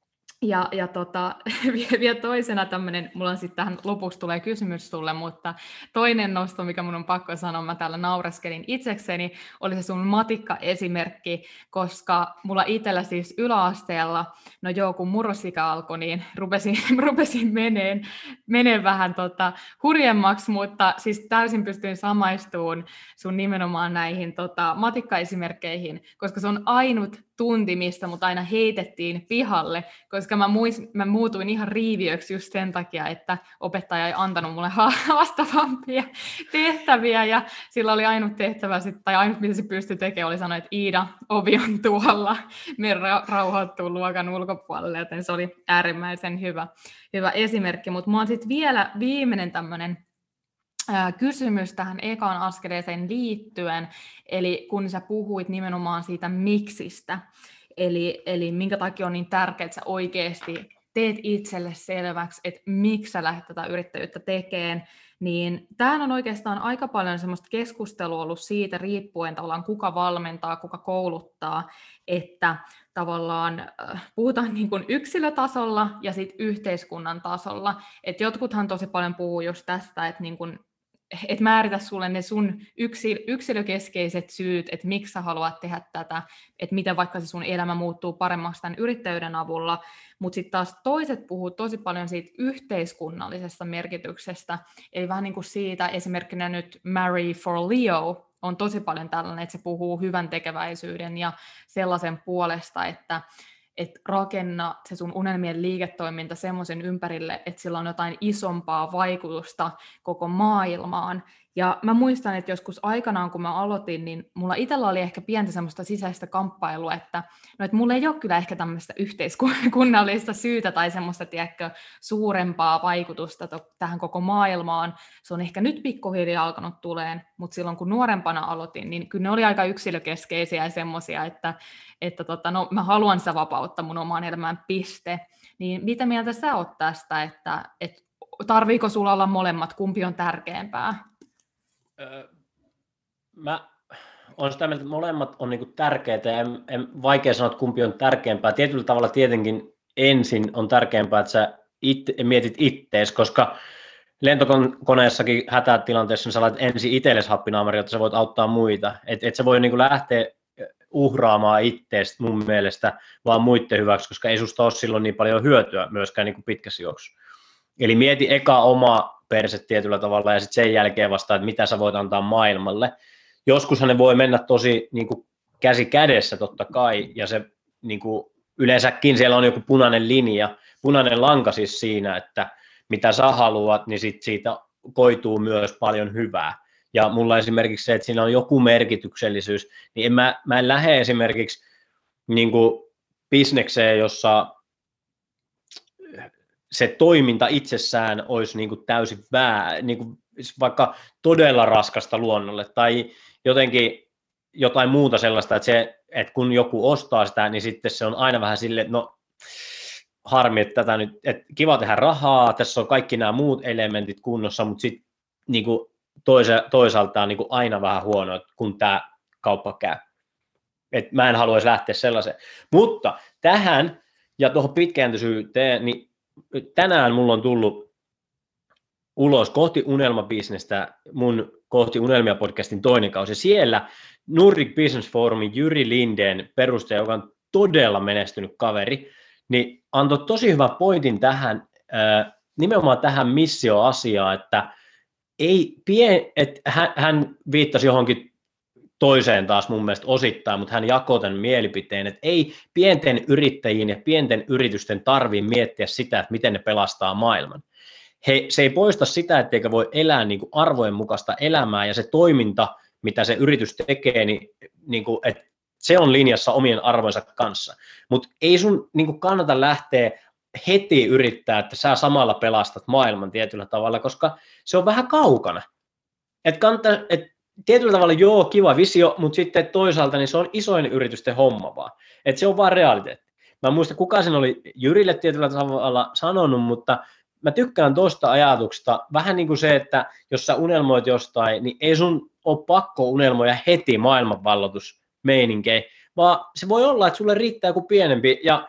Ja, ja tota, vielä toisena tämmöinen, mulla on sitten tähän lopuksi tulee kysymys sulle, mutta toinen nosto, mikä mun on pakko sanoa, mä täällä naureskelin itsekseni, oli se sun matikka-esimerkki, koska mulla itsellä siis yläasteella, no joo, kun murrosikä alkoi, niin rupesin, rupesin meneen, meneen vähän tota, hurjemmaksi, mutta siis täysin pystyin samaistumaan sun nimenomaan näihin tota, matikka-esimerkkeihin, koska se on ainut tunti, mistä mut aina heitettiin pihalle, koska mä, muist, mä muutuin ihan riiviöksi just sen takia, että opettaja ei antanut mulle haastavampia tehtäviä, ja sillä oli ainut tehtävä, sit, tai ainut mitä se pystyi tekemään, oli sanoa, että Iida, ovi on tuolla, me ra- rauhoittuu luokan ulkopuolelle, joten se oli äärimmäisen hyvä, hyvä esimerkki, mutta mulla on sitten vielä viimeinen tämmöinen kysymys tähän ekaan askeleeseen liittyen, eli kun sä puhuit nimenomaan siitä miksistä, eli, eli minkä takia on niin tärkeää, että sä oikeasti teet itselle selväksi, että miksi sä lähdet tätä yrittäjyyttä tekemään, niin tämähän on oikeastaan aika paljon semmoista keskustelua ollut siitä riippuen tavallaan kuka valmentaa, kuka kouluttaa, että tavallaan puhutaan niin kuin yksilötasolla ja sitten yhteiskunnan tasolla, että jotkuthan tosi paljon puhuu just tästä, että niin kuin että määritä sulle ne sun yksilökeskeiset syyt, että miksi sä haluat tehdä tätä, että miten vaikka se sun elämä muuttuu paremmaksi tämän yrittäjyyden avulla, mutta sitten taas toiset puhuu tosi paljon siitä yhteiskunnallisesta merkityksestä, eli vähän niin kuin siitä esimerkkinä nyt Marry for Leo on tosi paljon tällainen, että se puhuu hyvän tekeväisyyden ja sellaisen puolesta, että että rakenna se sun unelmien liiketoiminta semmoisen ympärille, että sillä on jotain isompaa vaikutusta koko maailmaan. Ja mä muistan, että joskus aikanaan, kun mä aloitin, niin mulla itsellä oli ehkä pientä semmoista sisäistä kamppailua, että, no, että mulla ei ole kyllä ehkä tämmöistä yhteiskunnallista syytä tai semmoista, tiedätkö, suurempaa vaikutusta to- tähän koko maailmaan. Se on ehkä nyt pikkuhiljaa alkanut tuleen, mutta silloin kun nuorempana aloitin, niin kyllä ne oli aika yksilökeskeisiä ja semmoisia, että, että tota, no, mä haluan sitä vapautta mun omaan elämään, piste. Niin mitä mieltä sä oot tästä, että, että tarviiko sulla olla molemmat, kumpi on tärkeämpää? Mä olen sitä mieltä, että molemmat on niinku tärkeitä ja en, en vaikea sanoa, että kumpi on tärkeämpää. Tietyllä tavalla tietenkin ensin on tärkeämpää, että sä itse, mietit ittees, koska lentokoneessakin hätätilanteessa niin sä laitat ensin itsellesi happinaamari, jotta sä voit auttaa muita. Et, et sä voi niin kuin lähteä uhraamaan ittees mun mielestä vaan muiden hyväksi, koska ei susta ole silloin niin paljon hyötyä myöskään niin kuin pitkässä juoksussa. Eli mieti eka oma perse tietyllä tavalla ja sitten sen jälkeen vasta, että mitä sä voit antaa maailmalle. Joskushan ne voi mennä tosi niin kuin käsi kädessä totta kai, ja se niin kuin yleensäkin siellä on joku punainen linja, punainen lanka siis siinä, että mitä sä haluat, niin sit siitä koituu myös paljon hyvää. Ja mulla esimerkiksi se, että siinä on joku merkityksellisyys, niin en mä, mä en lähde esimerkiksi niin kuin bisnekseen, jossa se toiminta itsessään olisi niin kuin täysin vää, niin kuin vaikka todella raskasta luonnolle, tai jotenkin jotain muuta sellaista, että, se, että kun joku ostaa sitä, niin sitten se on aina vähän silleen, että no harmi, että tätä nyt, että kiva tehdä rahaa, tässä on kaikki nämä muut elementit kunnossa, mutta sitten niin kuin toisa, toisaalta on niin kuin aina vähän huono, kun tämä kauppa käy. Et mä en haluaisi lähteä sellaiseen. Mutta tähän ja tuohon pitkäjänteisyyteen, niin tänään mulla on tullut ulos kohti unelmabisnestä mun kohti unelmia podcastin toinen kausi. Siellä Nordic Business Forumin Jyri Lindén perustaja, joka on todella menestynyt kaveri, niin antoi tosi hyvän pointin tähän, nimenomaan tähän missioasiaan, että ei pien, että hän, hän viittasi johonkin toiseen taas mun mielestä osittain, mutta hän jakoi tämän mielipiteen, että ei pienten yrittäjien ja pienten yritysten tarvitse miettiä sitä, että miten ne pelastaa maailman. He, se ei poista sitä, etteikö voi elää niin kuin arvojen mukaista elämää, ja se toiminta, mitä se yritys tekee, niin, niin kuin, että se on linjassa omien arvojensa kanssa. Mutta ei sun niin kuin kannata lähteä heti yrittää, että sä samalla pelastat maailman tietyllä tavalla, koska se on vähän kaukana. Et kannattaa, et tietyllä tavalla joo, kiva visio, mutta sitten toisaalta niin se on isoin yritysten homma vaan. Et se on vaan realiteetti. Mä en muista, kuka sen oli Jyrille tietyllä tavalla sanonut, mutta mä tykkään tuosta ajatuksesta vähän niin kuin se, että jos sä unelmoit jostain, niin ei sun ole pakko unelmoida heti maailmanvalloitusmeininkejä, vaan se voi olla, että sulle riittää joku pienempi, ja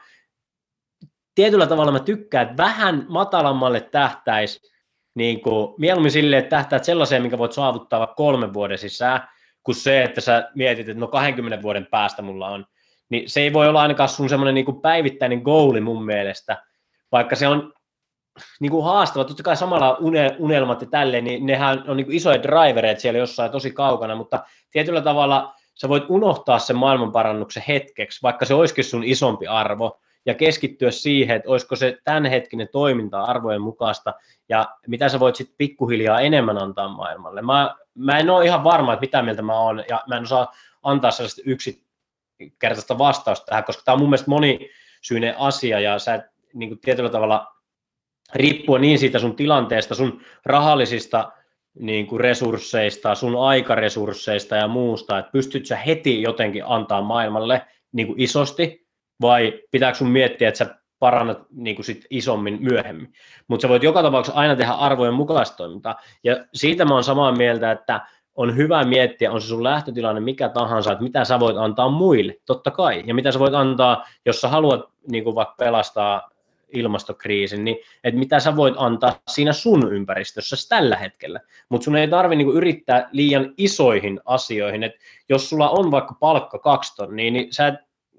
tietyllä tavalla mä tykkään, että vähän matalammalle tähtäisi, niin kuin, mieluummin silleen, että tähtäät sellaiseen, minkä voit saavuttaa vaikka kolmen vuoden sisään, kuin se, että sä mietit, että no kahdenkymmenen vuoden päästä mulla on, niin se ei voi olla ainakaan sun semmoinen niin kuin päivittäinen goali mun mielestä, vaikka se on niin kuin haastava, totta kai samalla unelmat ja tälleen, niin nehän on niin kuin isoja drivereita siellä jossain tosi kaukana, mutta tietyllä tavalla sä voit unohtaa sen maailmanparannuksen hetkeksi, vaikka se olisikin sun isompi arvo, ja keskittyä siihen, että olisiko se tämänhetkinen toiminta arvojen mukaista, ja mitä sä voit sitten pikkuhiljaa enemmän antaa maailmalle. Mä, mä en ole ihan varma, että mitä mieltä mä oon, ja mä en osaa antaa sellaista yksinkertaista vastausta tähän, koska tämä on mun mielestä monisyinen asia, ja sä et niin kuin tietyllä tavalla riippuen niin siitä sun tilanteesta, sun rahallisista niin kuin resursseista, sun aikaresursseista ja muusta, että pystyt sä heti jotenkin antaa maailmalle niin kuin isosti, vai pitääkö sun miettiä, että sä parannat niin kuin sit isommin myöhemmin. Mutta sä voit joka tapauksessa aina tehdä arvojen mukaista toimintaa, ja siitä mä oon samaa mieltä, että on hyvä miettiä, on se sun lähtötilanne mikä tahansa, että mitä sä voit antaa muille, totta kai, ja mitä sä voit antaa, jos sä haluat niin kuin vaikka pelastaa ilmastokriisin, niin että mitä sä voit antaa siinä sun ympäristössä tällä hetkellä. Mutta sun ei tarvitse niinku yrittää liian isoihin asioihin, että jos sulla on vaikka palkka kaksi tonnia, niin sä et,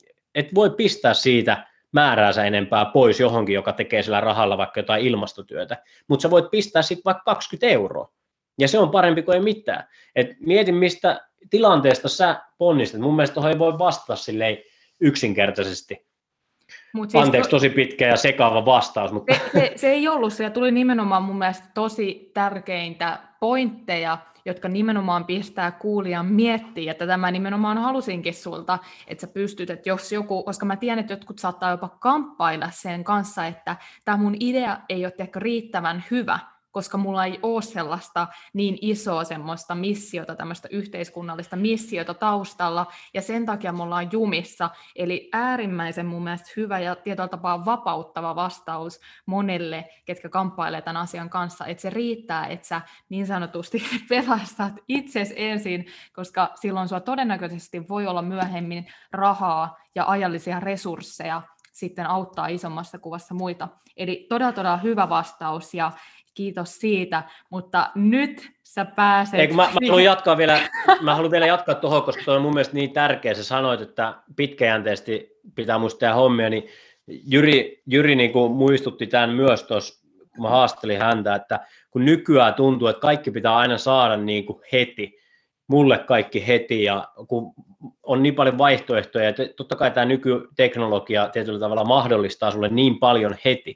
et voi pistää siitä määräänsä enempää pois johonkin, joka tekee sillä rahalla vaikka jotain ilmastotyötä, mutta sä voit pistää sitten vaikka kaksikymmentä euroa, ja se on parempi kuin ei mitään. Et mieti, mistä tilanteesta sä ponnistat. Mun mielestä tuohon ei voi vastata silleen yksinkertaisesti. Mut siis Anteeksi, to... tosi pitkä ja sekaava vastaus. Mutta... Se, se, se ei ollut se, ja tuli nimenomaan mun mielestä tosi tärkeintä pointteja, jotka nimenomaan pistää kuulijan miettiä, että tämä nimenomaan halusinkin sulta, että sä pystyt, että jos joku, koska mä tiedän, että jotkut saattaa jopa kamppailla sen kanssa, että tämä mun idea ei ole ehkä riittävän hyvä, koska mulla ei ole sellaista niin isoa semmoista missiota, tämmöistä yhteiskunnallista missiota taustalla, ja sen takia me ollaan jumissa. Eli äärimmäisen mun mielestä hyvä ja tietyllä tapaa vapauttava vastaus monelle, ketkä kamppailee tämän asian kanssa, että se riittää, että sä niin sanotusti pelastat itsesi ensin, koska silloin sua todennäköisesti voi olla myöhemmin rahaa ja ajallisia resursseja sitten auttaa isommassa kuvassa muita. Eli todella, todella hyvä vastaus ja kiitos siitä, mutta nyt sä pääset... Eikö, mä, mä, haluan jatkaa vielä, mä haluan vielä jatkaa tuohon, koska tuo on mun mielestä niin tärkeä. Sä sanoit, että pitkäjänteisesti pitää muistaa hommia, niin Jyri, Jyri niin kuin muistutti tämän myös tuossa, kun mä haastelin häntä, että kun nykyään tuntuu, että kaikki pitää aina saada niin kuin heti, mulle kaikki heti, ja kun on niin paljon vaihtoehtoja, että totta kai tämä nykyteknologia tietyllä tavalla mahdollistaa sulle niin paljon heti,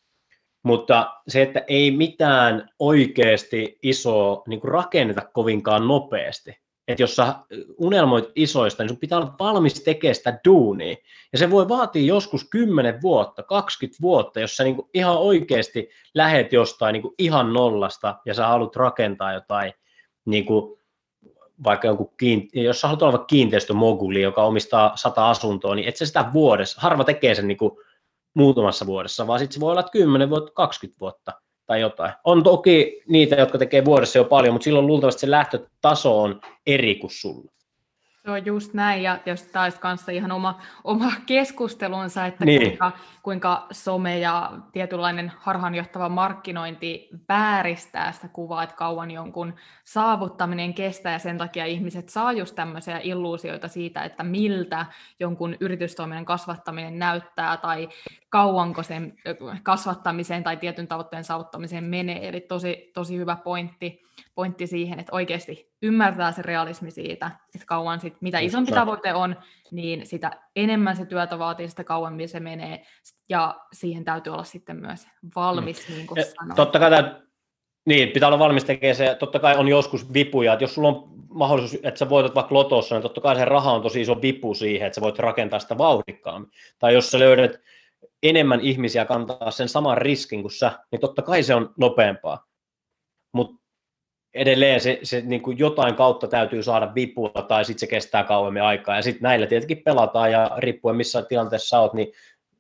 mutta se, että ei mitään oikeasti isoa niin kuin rakenneta kovinkaan nopeasti. Että jos sä unelmoit isoista, niin sun pitää olla valmis tekemään sitä duunia. Ja se voi vaatia joskus kymmenen vuotta, kaksikymmentä vuotta, jos sä niin kuin ihan oikeasti lähet jostain niin kuin ihan nollasta ja sä haluat rakentaa jotain, niin kuin vaikka jonkun kiinte- jos sä haluat olla kiinteistömoguli, joka omistaa sata asuntoa, niin et sä sitä vuodessa, harva tekee sen niin kuin muutamassa vuodessa, vaan sitten se voi olla kymmenen vuotta, kaksikymmentä vuotta tai jotain. On toki niitä, jotka tekee vuodessa jo paljon, mutta silloin luultavasti se lähtötaso on eri kuin sulla. Se on just näin, ja tietysti tämä olisi kanssa ihan oma, oma keskustelunsa, että niin. kuinka, kuinka some ja tietynlainen harhaanjohtava markkinointi vääristää sitä kuvaa, että kauan jonkun saavuttaminen kestää, ja sen takia ihmiset saa just tämmöisiä illuusioita siitä, että miltä jonkun yritystoiminnan kasvattaminen näyttää, tai kauanko sen kasvattamiseen tai tietyn tavoitteen saavuttamiseen menee, eli tosi, tosi hyvä pointti, pointti siihen, että oikeasti ymmärtää se realismi siitä, että kauan sit, mitä isompi tavoite on, niin sitä enemmän se työtä vaatii, sitä kauemmin se menee, ja siihen täytyy olla sitten myös valmis, mm. niin kuin sanoin. Totta kai tämä, niin, pitää olla valmis tekemään se, totta kai on joskus vipuja, että jos sulla on mahdollisuus, että sä voitat vaikka lotossa, niin totta kai se raha on tosi iso vipu siihen, että sä voit rakentaa sitä vauhdikkaammin, tai jos sä löydät enemmän ihmisiä kantaa sen saman riskin kuin sä, niin totta kai se on nopeampaa, mutta edelleen se, se niin kuin jotain kautta täytyy saada vipua, tai sitten se kestää kauemmin aikaa, ja sitten näillä tietenkin pelataan, ja riippuen missä tilanteessa sä oot, niin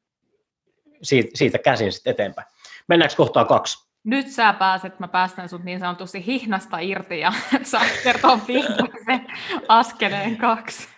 siitä, siitä käsin sitten eteenpäin. Mennäänkö kohtaan kaksi? Nyt sä pääset, mä päästän sut niin sanotusti hihnasta irti, ja saat kertoa vihdoin sen askeleen kaksi.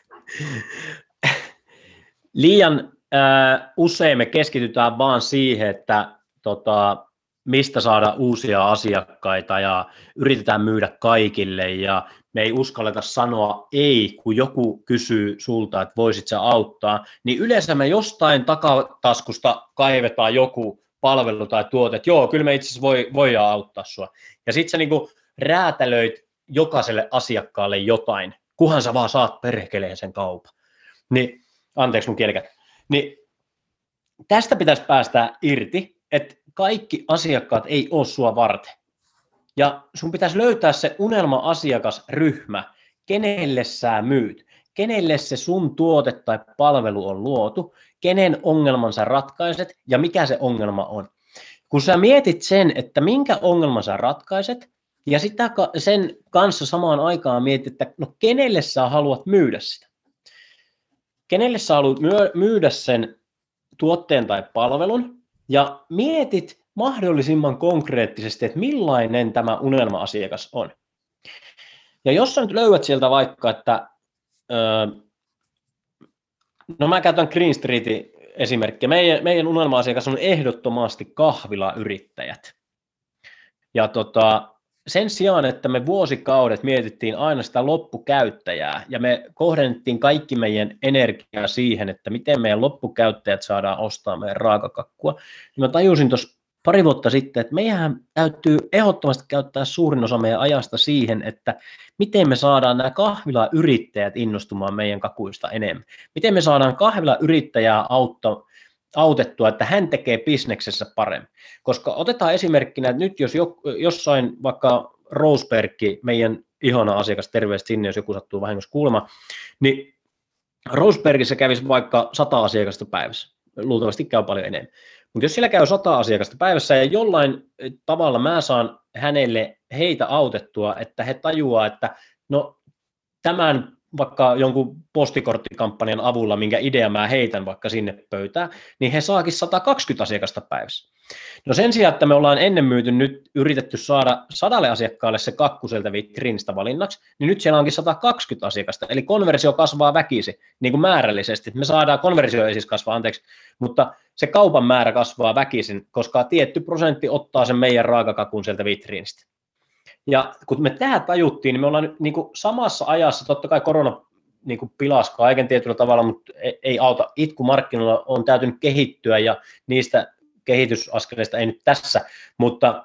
Liian äh, usein me keskitytään vaan siihen, että tota, mistä saada uusia asiakkaita ja yritetään myydä kaikille ja me ei uskalleta sanoa ei, kun joku kysyy sulta, että voisit sä auttaa, niin yleensä me jostain takataskusta kaivetaan joku palvelu tai tuote, että joo, kyllä me itse asiassa voi, voidaan auttaa sua. Ja sit sä niinku räätälöit jokaiselle asiakkaalle jotain, kunhan sä vaan saat perkeleen sen kaupan. Niin, anteeksi mun kielikätä. Niin, tästä pitäisi päästä irti, että kaikki asiakkaat ei ole sua varten. Ja sun pitäisi löytää se unelma-asiakasryhmä, kenelle sä myyt, kenelle se sun tuote tai palvelu on luotu, kenen ongelman sä ratkaiset ja mikä se ongelma on. Kun sä mietit sen, että minkä ongelman sä ratkaiset, ja sitä sen kanssa samaan aikaan mietit, että no kenelle sä haluat myydä sitä. Kenelle sä haluat myydä sen tuotteen tai palvelun, ja mietit mahdollisimman konkreettisesti, että millainen tämä unelma-asiakas on. Ja jos sä nyt löydät sieltä vaikka, että öö, no mä käytän Green Streetin esimerkkiä. Meidän, meidän unelma-asiakas on ehdottomasti kahvilayrittäjät. Ja tota, sen sijaan, että me vuosikaudet mietittiin aina sitä loppukäyttäjää ja me kohdennettiin kaikki meidän energiaa siihen, että miten meidän loppukäyttäjät saadaan ostaa meidän raakakakkua, niin mä tajusin tuossa pari vuotta sitten, että meidän täytyy ehdottomasti käyttää suurin osa meidän ajasta siihen, että miten me saadaan nämä kahvilayrittäjät innostumaan meidän kakuista enemmän. Miten me saadaan kahvilayrittäjää auttaa, autettua, että hän tekee bisneksessä paremmin. Koska otetaan esimerkkinä, että nyt jos jossain vaikka Rosebergki, meidän ihana asiakas, terveesti sinne, jos joku sattuu vahingossa kuulemaan, niin Rosebergissä kävisi vaikka sata asiakasta päivässä. Luultavasti käy paljon enemmän. Mutta jos siellä käy sata asiakasta päivässä ja jollain tavalla mä saan hänelle heitä autettua, että he tajuaa, että no tämän vaikka jonkun postikorttikampanjan avulla, minkä idea mä heitän vaikka sinne pöytään, niin he saakin sata kaksikymmentä asiakasta päivässä. No sen sijaan, että me ollaan ennen myyty nyt yritetty saada sadalle asiakkaalle se kakku sieltä vitriinistä valinnaksi, niin nyt siellä onkin sata kaksikymmentä asiakasta, eli konversio kasvaa väkisi, niin kuin määrällisesti. Me saadaan, konversio ei siis kasvaa, anteeksi, mutta se kaupan määrä kasvaa väkisin, koska tietty prosentti ottaa sen meidän raakakakun sieltä vitriinistä. Ja kun me tämä tajuttiin, niin me ollaan niin kuin samassa ajassa, totta kai korona niin kuin pilasi kaiken tietyllä tavalla, mutta ei auta. Itkumarkkinoilla on täytynyt kehittyä ja niistä kehitysaskeleista ei nyt tässä, mutta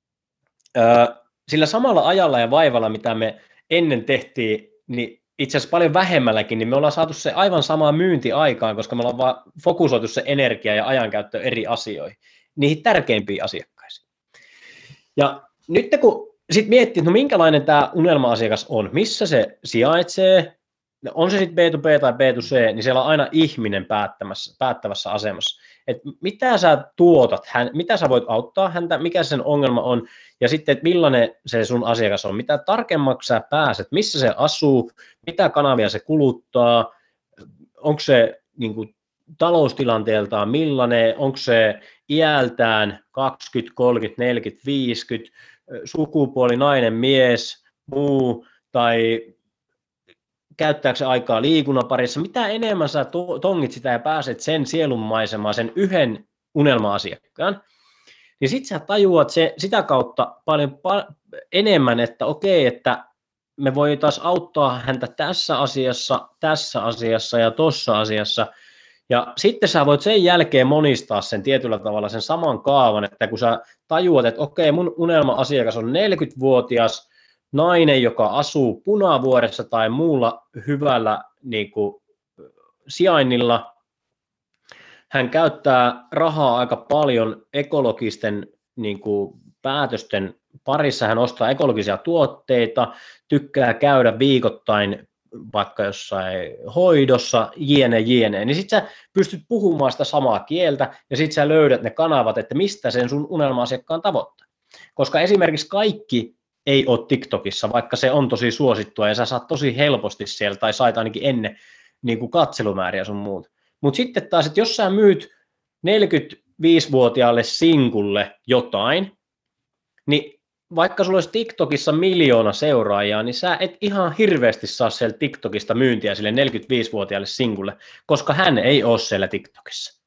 ö, sillä samalla ajalla ja vaivalla, mitä me ennen tehtiin, niin itse asiassa paljon vähemmälläkin, niin me ollaan saatu se aivan sama myynti aikaan, koska me ollaan vaan fokusoitu se energia ja ajankäyttö eri asioihin, niihin tärkeimpiin asiakkaisiin. Ja nyt kun sitten miettii, että no minkälainen tämä unelma-asiakas on, missä se sijaitsee, on se sitten B to B tai B to C, niin siellä on aina ihminen päättämässä, päättävässä asemassa. Et mitä sä tuotat, hän, mitä sä voit auttaa häntä, mikä sen ongelma on, ja sitten, että millainen se sun asiakas on, mitä tarkemmaksi sä pääset, missä se asuu, mitä kanavia se kuluttaa, onko se niin kuin, taloustilanteeltaan millainen, onko se iältään kaksikymmentä, kolmekymmentä, neljäkymmentä, viisikymmentä, sukupuoli, nainen, mies, muu, tai käyttääkö se aikaa liikunnan parissa, mitä enemmän sä tongit sitä ja pääset sen sielunmaisemaan, sen yhden unelma-asiakkaan, niin sit sä tajuat se, sitä kautta paljon pa- enemmän, että okei, että me voitaisiin auttaa häntä tässä asiassa, tässä asiassa ja tossa asiassa, ja sitten sä voit sen jälkeen monistaa sen tietyllä tavalla sen saman kaavan, että kun sä tajuat, että okei, mun unelma-asiakas on neljäkymmentävuotias nainen, joka asuu Punavuoressa tai muulla hyvällä niin kuin, sijainnilla, hän käyttää rahaa aika paljon ekologisten niin kuin, päätösten parissa, hän ostaa ekologisia tuotteita, tykkää käydä viikoittain vaikka jossain hoidossa, jne, jne, niin sit sä pystyt puhumaan sitä samaa kieltä ja sit sä löydät ne kanavat, että mistä sen sun unelma-asiakkaan tavoittaa. Koska esimerkiksi kaikki ei ole TikTokissa, vaikka se on tosi suosittua ja sä saat tosi helposti siellä, tai sait ainakin ennen niin kuin katselumääriä sun muuta. Mutta sitten taas, että jos sä myyt neljäkymmentäviisivuotiaalle sinkulle jotain, niin vaikka sulla olisi TikTokissa miljoona seuraajaa, niin sä et ihan hirveästi saa sieltä TikTokista myyntiä sille neljäkymmentäviisivuotiaalle sinkulle, koska hän ei ole siellä TikTokissa.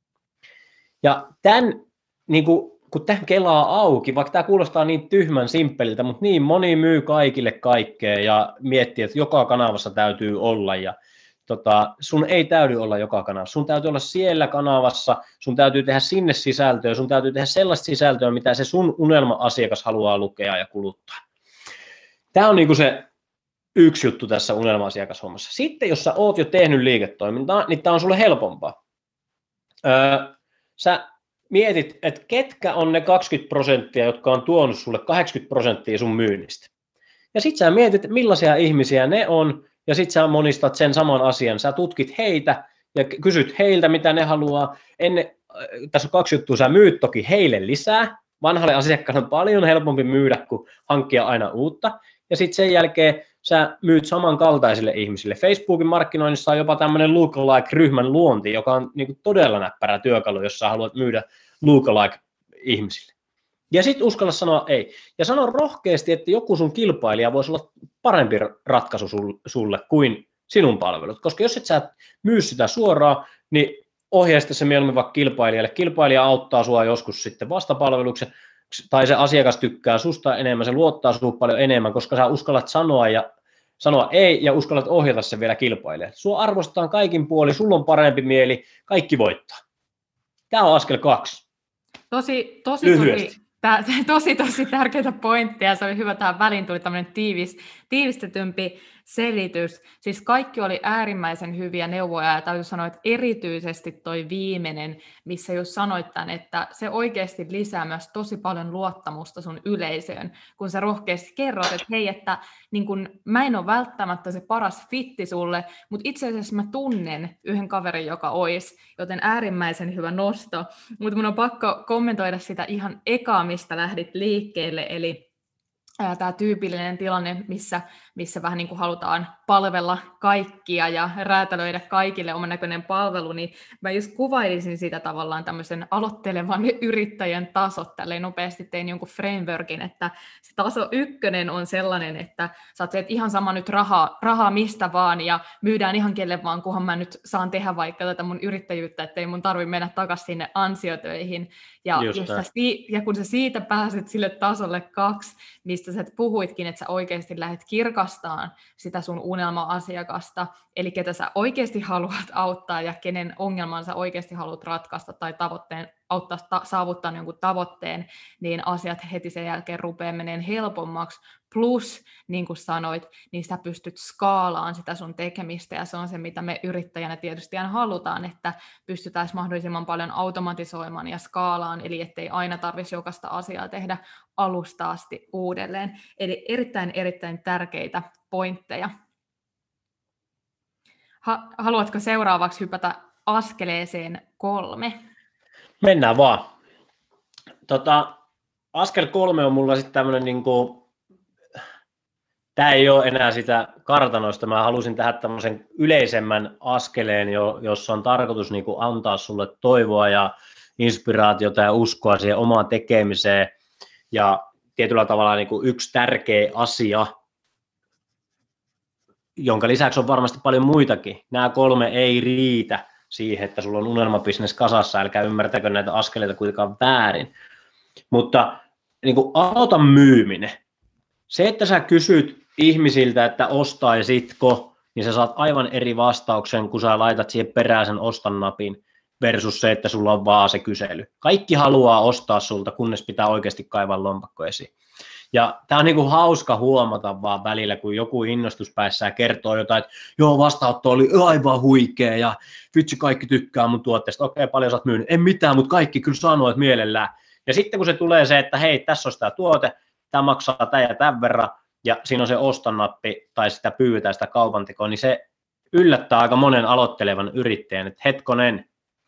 Ja tämän, niin kuin, kun tämän kelaa auki, vaikka tämä kuulostaa niin tyhmän simppeliltä, mutta niin moni myy kaikille kaikkea ja miettii, että joka kanavassa täytyy olla ja Tota, sun ei täydy olla joka kanavassa, sun täytyy olla siellä kanavassa, sun täytyy tehdä sinne sisältöä, sun täytyy tehdä sellaista sisältöä, mitä se sun unelma-asiakas haluaa lukea ja kuluttaa. Tämä on niinku se yksi juttu tässä unelma-asiakashommassa. Sitten jos sä oot jo tehnyt liiketoimintaa, niin tämä on sulle helpompaa. Öö, sä mietit, että ketkä on ne kaksikymmentä prosenttia, jotka on tuonut sulle kahdeksankymmentä prosenttia sun myynnistä. Ja sit sä mietit, millaisia ihmisiä ne on, ja sitten sä monistat sen saman asian. Sä tutkit heitä ja kysyt heiltä, mitä ne haluaa. Ennen, tässä on kaksi juttua. Sä myyt toki heille lisää. Vanhalle asiakkaalle on paljon helpompi myydä kuin hankkia aina uutta. Ja sitten sen jälkeen sä myyt samankaltaisille ihmisille. Facebookin markkinoinnissa on jopa tämmöinen lookalike-ryhmän luonti, joka on niin kuin todella näppärä työkalu, jos sä haluat myydä lookalike-ihmisille. Ja sitten uskalla sanoa ei. Ja sano rohkeasti, että joku sun kilpailija voisi olla parempi ratkaisu sulle kuin sinun palvelut. Koska jos et sä myy sitä suoraan, niin ohjeista se mieluummin vaikka kilpailijalle. Kilpailija auttaa sua joskus sitten vastapalveluksen, tai se asiakas tykkää susta enemmän, se luottaa sulle paljon enemmän, koska sä uskallat sanoa, ja, sanoa ei ja uskallat ohjata sen vielä kilpailijalle. Sua arvostetaan kaikin puolin, sulla on parempi mieli, kaikki voittaa. Tämä on askel kaksi. Tosi, tosi, tosi. Tämä, tosi, tosi tärkeitä pointteja. Se oli hyvä, tähän väliin tuli tämmöinen tiivis, tiivistetympi selitys. Siis kaikki oli äärimmäisen hyviä neuvoja, ja täytyy sanoa, että erityisesti toi viimeinen, missä just sanoit tämän, että se oikeasti lisää myös tosi paljon luottamusta sun yleisöön, kun sä rohkeasti kerrot, että hei, että niin kun, mä en ole välttämättä se paras fitti sulle, mutta itse asiassa mä tunnen yhden kaverin, joka olisi, joten äärimmäisen hyvä nosto. Mutta mun on pakko kommentoida sitä ihan ekaa, mistä lähdit liikkeelle, eli tämä tyypillinen tilanne, missä, missä vähän niin kuin halutaan palvella kaikkia ja räätälöidä kaikille oman näköinen palvelu, niin mä just kuvailisin sitä tavallaan tämmöisen aloittelevan yrittäjän tasot. Tälleen nopeasti tein jonkun frameworkin, että se taso ykkönen on sellainen, että sä oot se, että ihan sama nyt rahaa, rahaa mistä vaan ja myydään ihan kelle vaan, kunhan mä nyt saan tehdä vaikka tätä mun yrittäjyyttä, ettei mun tarvi mennä takaisin sinne ansiotöihin. Ja, jos sä, ja kun sä siitä pääset sille tasolle kaksi, mistä sä puhuitkin, että sä oikeasti lähdet kirkastamaan sitä sun unelma-asiakasta, eli ketä sä oikeasti haluat auttaa ja kenen ongelman sä oikeasti haluat ratkaista tai tavoitteen, auttaa ta- saavuttaa jonkun tavoitteen, niin asiat heti sen jälkeen rupeaa menemään helpommaksi. Plus, niin kuin sanoit, niin sä pystyt skaalaan sitä sun tekemistä, ja se on se, mitä me yrittäjänä tietysti aina halutaan, että pystytään mahdollisimman paljon automatisoimaan ja skaalaan, eli ettei aina tarvitsisi jokaista asiaa tehdä alusta asti uudelleen. Eli erittäin, erittäin tärkeitä pointteja. Ha- haluatko seuraavaksi hypätä askeleeseen kolme? Mennään vaan. Tota, askel kolme on mulla sitten tämmöinen, niin kuin, tämä ei ole enää sitä kartanoista, mä halusin tehdä tämmöisen yleisemmän askeleen, jossa on tarkoitus niin kuin antaa sulle toivoa ja inspiraatiota ja uskoa siihen omaan tekemiseen. Ja tietyllä tavalla niin kuin yksi tärkeä asia, jonka lisäksi on varmasti paljon muitakin. Nämä kolme ei riitä siihen, että sulla on unelmabisnes kasassa, älkää ymmärtäkö näitä askeleita kuitenkaan väärin. Mutta niin kuin aloita myyminen. Se, että sä kysyt ihmisiltä, että ostaisitko, niin sä saat aivan eri vastauksen, kun sä laitat siihen perään sen ostan napin versus se, että sulla on vaan se kysely. Kaikki haluaa ostaa sulta, kunnes pitää oikeasti kaivaa lompakko esiin. Ja tämä on niinku hauska huomata vaan välillä, kun joku innostuspäissään kertoo jotain, että joo, vastaanotto oli aivan huikea ja vitsi, kaikki tykkää mun tuotteesta. Okei, paljon sä oot myynyt. En mitään, mutta kaikki kyllä sanoo, että mielellään. Ja sitten kun se tulee se, että hei, tässä on tämä tuote, tämä maksaa tämän ja tämän verran, ja siinä on se ostanappi tai sitä pyydetään sitä kaupantekoa, niin se yllättää aika monen aloittelevan yrittäjän, että hetkonen,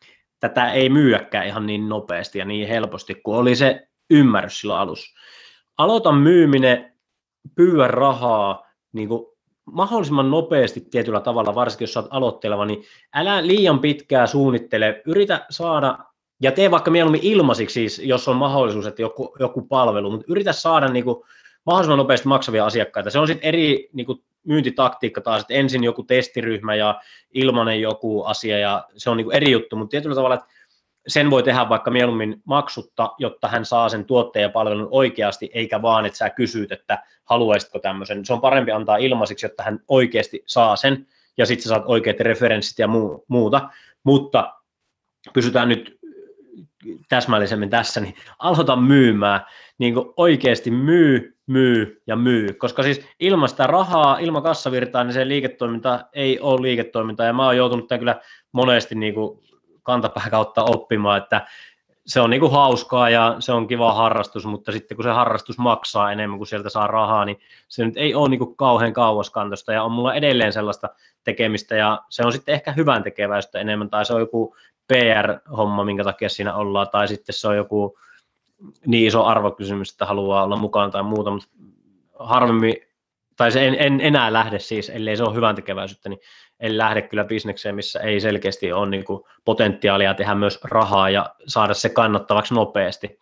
tätä ei myyäkään ihan niin nopeasti ja niin helposti, kuin oli se ymmärrys silloin alussa. Aloita myyminen, pyydä rahaa niin kuin mahdollisimman nopeasti tietyllä tavalla, varsinkin jos olet aloitteleva, niin älä liian pitkään suunnittele, yritä saada, ja tee vaikka mieluummin ilmaisiksi, siis, jos on mahdollisuus, että joku, joku palvelu, mutta yritä saada niin kuin mahdollisimman nopeasti maksavia asiakkaita. Se on sitten eri niin kuin myyntitaktiikka taas, että ensin joku testiryhmä ja ilmainen joku asia, ja se on niin kuin eri juttu, mutta tietyllä tavalla, että sen voi tehdä vaikka mieluummin maksutta, jotta hän saa sen tuotteen ja palvelun oikeasti, eikä vaan, että sä kysyt, että haluaisitko tämmöisen. Se on parempi antaa ilmaisiksi, jotta hän oikeasti saa sen, ja sitten sä saat oikeat referenssit ja muu, muuta. Mutta pysytään nyt täsmällisemmin tässä, niin aloita myymään. Niin kuin oikeasti myy, myy ja myy. Koska siis ilman sitä rahaa, ilman kassavirtaa, niin se liiketoiminta ei ole liiketoimintaa. Ja mä oon joutunut tämän kyllä monesti niin kuin kantapään kautta oppimaan, että se on niinku hauskaa ja se on kiva harrastus, mutta sitten kun se harrastus maksaa enemmän kuin sieltä saa rahaa, niin se nyt ei ole niinku kauhean kauaskantoista ja on mulla edelleen sellaista tekemistä ja se on sitten ehkä hyvän tekeväistä enemmän tai se on joku P R-homma, minkä takia siinä ollaan tai sitten se on joku niin iso arvokysymys, että haluaa olla mukana tai muuta, mutta harvemmin, tai se en, en enää lähde siis, ellei se ole hyvän tekeväisyyttä, niin en lähde kyllä bisnekseen, missä ei selkeästi ole niin kuin potentiaalia tehdä myös rahaa ja saada se kannattavaksi nopeasti.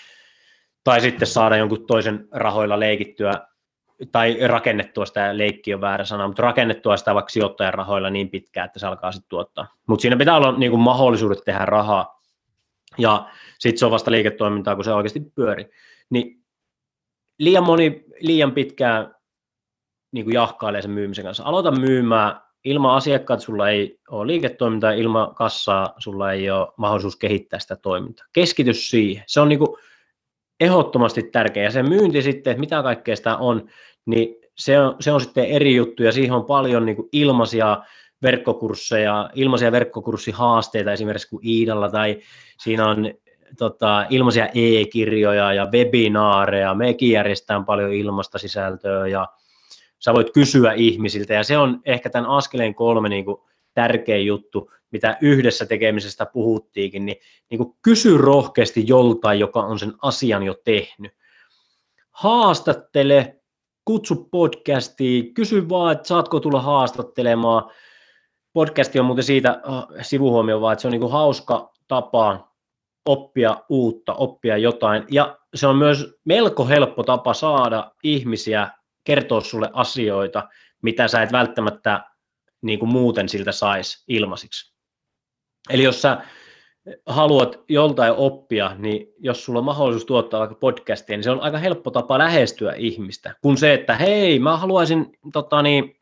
Tai sitten saada jonkun toisen rahoilla leikittyä, tai rakennettua sitä, leikki on väärä sana, mutta rakennettua sitä vaikka sijoittajan rahoilla niin pitkään, että se alkaa sitten tuottaa. Mutta siinä pitää olla niin kuin mahdollisuudet tehdä rahaa, ja sitten se on vasta liiketoimintaa, kun se oikeasti pyörii. Niin liian moni liian pitkään niin kuin jahkailee sen myymisen kanssa. Aloita myymään. Ilman asiakkaita sulla ei ole liiketoimintaa, ilman kassaa sulla ei ole mahdollisuus kehittää sitä toimintaa. Keskity siihen. Se on niin kuin ehdottomasti tärkeä. Ja se myynti sitten, että mitä kaikkea sitä on, niin se on, se on sitten eri juttu. Ja siihen on paljon niin kuin ilmaisia verkkokursseja, ilmaisia verkkokurssihaasteita esimerkiksi kuin Iidalla, tai siinä on tota, ilmaisia e-kirjoja ja webinaareja. Mekin järjestetään paljon ilmaista sisältöä ja sä voit kysyä ihmisiltä, ja se on ehkä tämän askeleen kolme niin kuin tärkein juttu, mitä yhdessä tekemisestä puhuttiinkin, niin, niin kuin kysy rohkeasti joltain, joka on sen asian jo tehnyt. Haastattele, kutsu podcastiin, kysy vaan, että saatko tulla haastattelemaan. Podcasti on muuten siitä sivuhuomio vaan, että se on niin kuin hauska tapa oppia uutta, oppia jotain, ja se on myös melko helppo tapa saada ihmisiä kertoa sulle asioita, mitä sä et välttämättä niin kuin muuten siltä saisi ilmaisiksi. Eli jos sä haluat joltain oppia, niin jos sulla on mahdollisuus tuottaa vaikka podcastia, niin se on aika helppo tapa lähestyä ihmistä, kun se, että hei, mä haluaisin, tota niin,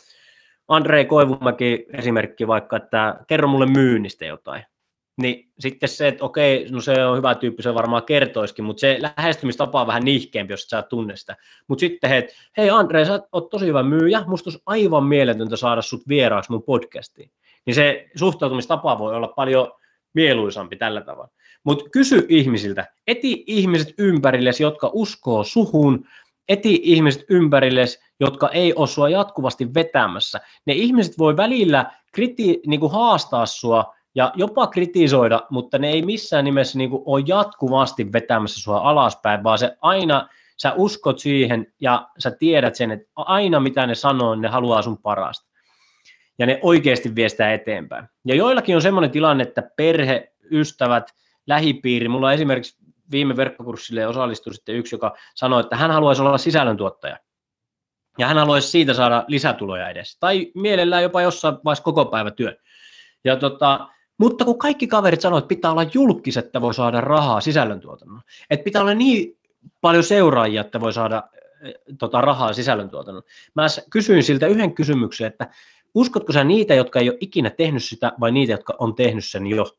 Andrei Koivumäki esimerkki vaikka, että kerro mulle myynnistä jotain. Niin sitten se, että okei, no se on hyvä tyyppi, se varmaan kertoisikin, mutta se lähestymistapa on vähän nihkeämpi, jos sä et tunne sitä. Mutta sitten, hei, hei Andrei, sä oot tosi hyvä myyjä, musta olisi aivan mieletöntä saada sut vieraaksi mun podcastiin. Niin se suhtautumistapa voi olla paljon mieluisampi tällä tavalla. Mutta kysy ihmisiltä, eti ihmiset ympärillesi, jotka uskoo suhun, eti ihmiset ympärillesi, jotka ei ole sua jatkuvasti vetämässä. Ne ihmiset voi välillä kriti, niin kuin haastaa sua ja jopa kritisoida, mutta ne ei missään nimessä niin kuin ole jatkuvasti vetämässä sua alaspäin, vaan se aina, sä uskot siihen ja sä tiedät sen, että aina mitä ne sanoo, ne haluaa sun parasta. Ja ne oikeasti vie sitä eteenpäin. Ja joillakin on semmoinen tilanne, että perhe, ystävät, lähipiiri, mulla on esimerkiksi viime verkkokurssille osallistui sitten yksi, joka sanoi, että hän haluaisi olla sisällöntuottaja. Ja hän haluaisi siitä saada lisätuloja edes. Tai mielellään jopa jossain vaiheessa koko päivä työ. Ja tota, mutta kun kaikki kaverit sanoivat, että pitää olla julkis, että voi saada rahaa sisällöntuotannolla. Että pitää olla niin paljon seuraajia, että voi saada tota, rahaa sisällöntuotannolla. Mä kysyin siltä yhden kysymyksen, että uskotko sä niitä, jotka ei ole ikinä tehnyt sitä, vai niitä, jotka on tehnyt sen jo?